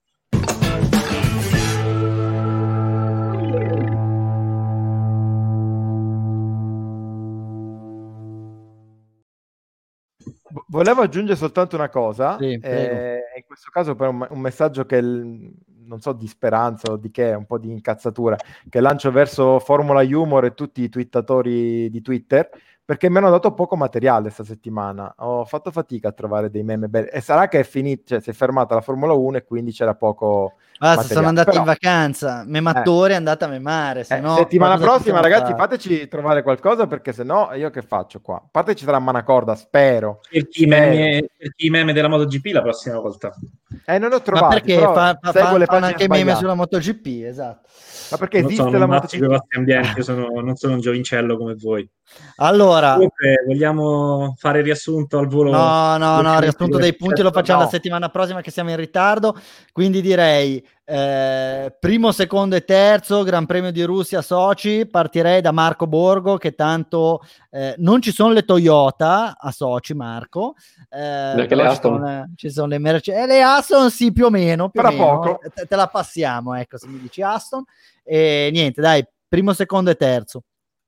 Volevo aggiungere soltanto una cosa,
sì,
in questo caso per un messaggio che non so di speranza o di che, un po' di incazzatura, che lancio verso Formula Humor e tutti i twittatori di Twitter, perché mi hanno dato poco materiale sta settimana. Ho fatto fatica a trovare dei meme belli. E sarà che è finita, cioè si è fermata la Formula 1 e quindi c'era poco materiale.
Sono andati in vacanza, Mematore è andata a memare.
Settimana prossima, ragazzi, fateci trovare qualcosa, perché se no io che faccio qua? A parte ci sarà Manacorda, spero.
Per chi meme della MotoGP la prossima volta.
Non ho trovato.
Ma perché fanno anche meme sulla MotoGP, esatto.
Ma perché esiste la MotoGP?
Io non sono un giovincello come voi.
Allora,
comunque, vogliamo fare il riassunto al volo?
No, il riassunto dei punti lo facciamo la settimana prossima, che siamo in ritardo, quindi direi primo, secondo e terzo Gran Premio di Russia Sochi. Partirei da Marco Borgo, che tanto non ci sono le Toyota a Sochi, Marco,
neanche le Aston.
ci sono le Mercedes, le Aston sì, più o meno,
poco
te la passiamo, ecco, se mi dici Aston. E niente, dai, primo, secondo e terzo.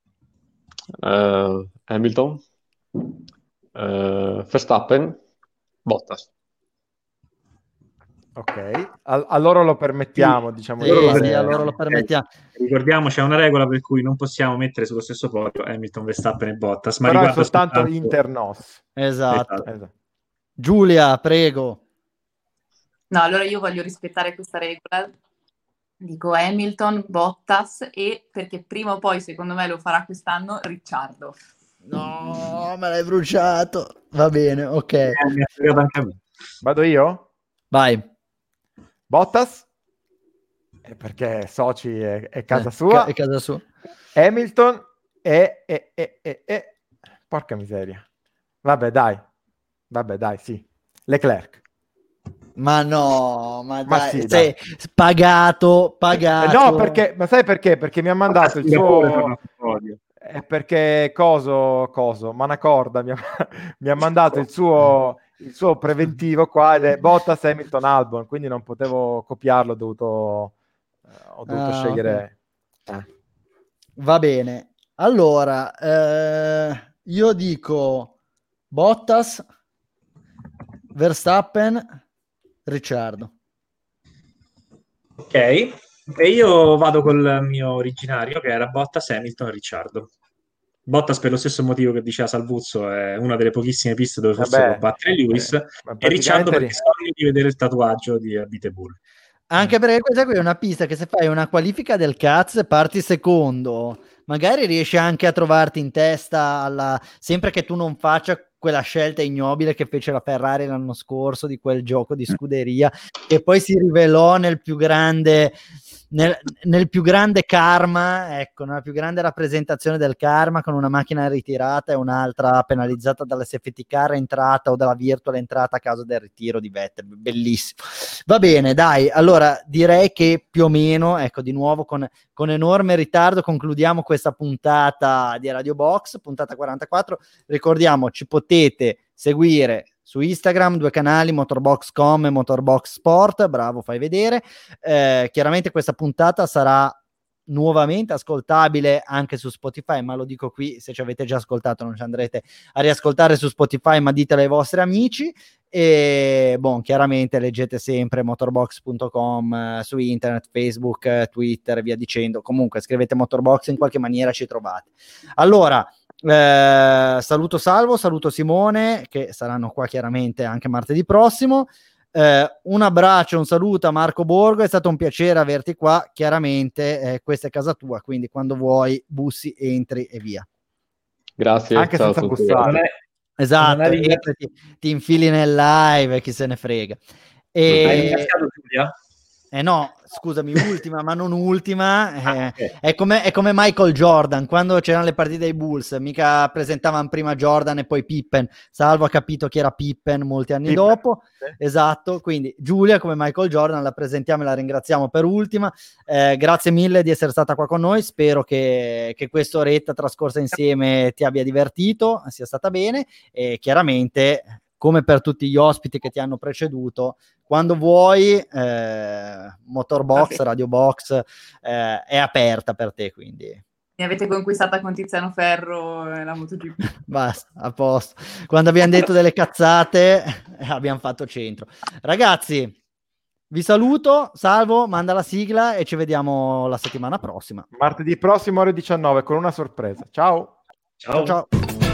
Hamilton, Verstappen, Bottas.
Ok, a loro lo permettiamo, diciamo.
A loro lo permettiamo.
Ricordiamo, c'è una regola per cui non possiamo mettere sullo stesso podio Hamilton, Verstappen e Bottas, ma
però è soltanto Inter-Nos.
Esatto. Giulia, prego.
No, allora io voglio rispettare questa regola. Dico Hamilton, Bottas e, perché prima o poi secondo me lo farà quest'anno, Ricciardo.
No, me l'hai bruciato. Va bene, ok.
Mi ha fregato anche a me.
Vado io?
Vai.
Bottas? Perché Sochi è casa sua.
È casa sua.
Hamilton porca miseria. Vabbè, dai, sì. Leclerc.
Ma no, ma dai,
sì,
sei pagato.
No, perché, ma sai perché? Perché mi ha mandato il suo... perché coso, Manacorda mi ha mandato il suo preventivo qua, ed è Bottas, Hamilton, Albon, quindi non potevo copiarlo, ho dovuto scegliere.
Okay. Va bene. Allora, io dico Bottas, Verstappen, Ricciardo.
Ok, e io vado col mio originario, che era Bottas, Hamilton, Ricciardo. Bottas per lo stesso motivo che diceva Salvuzzo, è una delle pochissime piste dove forse può battere Lewis, e Ricciardo perché sogno di vedere il tatuaggio di Abiteboul.
Anche perché questa qui è una pista che, se fai una qualifica del cazzo e parti secondo, magari riesci anche a trovarti in testa sempre che tu non faccia quella scelta ignobile che fece la Ferrari l'anno scorso, di quel gioco di scuderia che poi si rivelò nel più grande karma, ecco, nella più grande rappresentazione del karma, con una macchina ritirata e un'altra penalizzata dalla safety car entrata, o dalla virtual entrata a causa del ritiro di Vettel. Bellissimo. Va bene, dai, allora direi che più o meno, ecco, di nuovo con enorme ritardo concludiamo questa puntata di Radio Box, puntata 44. Ricordiamo, ci potete seguire su Instagram, 2 canali, Motorbox.com e Motorbox Sport, bravo, fai vedere. Chiaramente questa puntata sarà nuovamente ascoltabile anche su Spotify, ma lo dico qui, se ci avete già ascoltato non ci andrete a riascoltare su Spotify, ma ditelo ai vostri amici. E chiaramente leggete sempre motorbox.com su internet, Facebook, Twitter, via dicendo. Comunque scrivete Motorbox, in qualche maniera ci trovate. Allora, saluto Salvo, saluto Simone, che saranno qua chiaramente anche martedì prossimo. Un abbraccio, un saluto a Marco Borgo, è stato un piacere averti qua, chiaramente questa è casa tua, quindi quando vuoi bussi, entri e via.
Grazie,
anche
ciao
senza
a tutti.
bussare.
Esatto, ti infili nel live, chi se ne frega.
Hai ringraziato Giulia?
No, scusami, ultima, ma non ultima. È come Michael Jordan, quando c'erano le partite dei Bulls, mica presentavano prima Jordan e poi Pippen. Salvo ha capito chi era Pippen molti anni dopo. Esatto, quindi Giulia come Michael Jordan la presentiamo e la ringraziamo per ultima. Grazie mille di essere stata qua con noi, spero che questa oretta trascorsa insieme ti abbia divertito, sia stata bene, e chiaramente come per tutti gli ospiti che ti hanno preceduto, quando vuoi, Motorbox, Radio Box è aperta per te, quindi
mi avete conquistata con Tiziano Ferro e la MotoGP.
Basta, a posto. Quando abbiamo detto delle cazzate abbiamo fatto centro. Ragazzi, vi saluto, Salvo, manda la sigla e ci vediamo la settimana prossima.
Martedì prossimo ore 19 con una sorpresa. Ciao.
Ciao.
Ciao.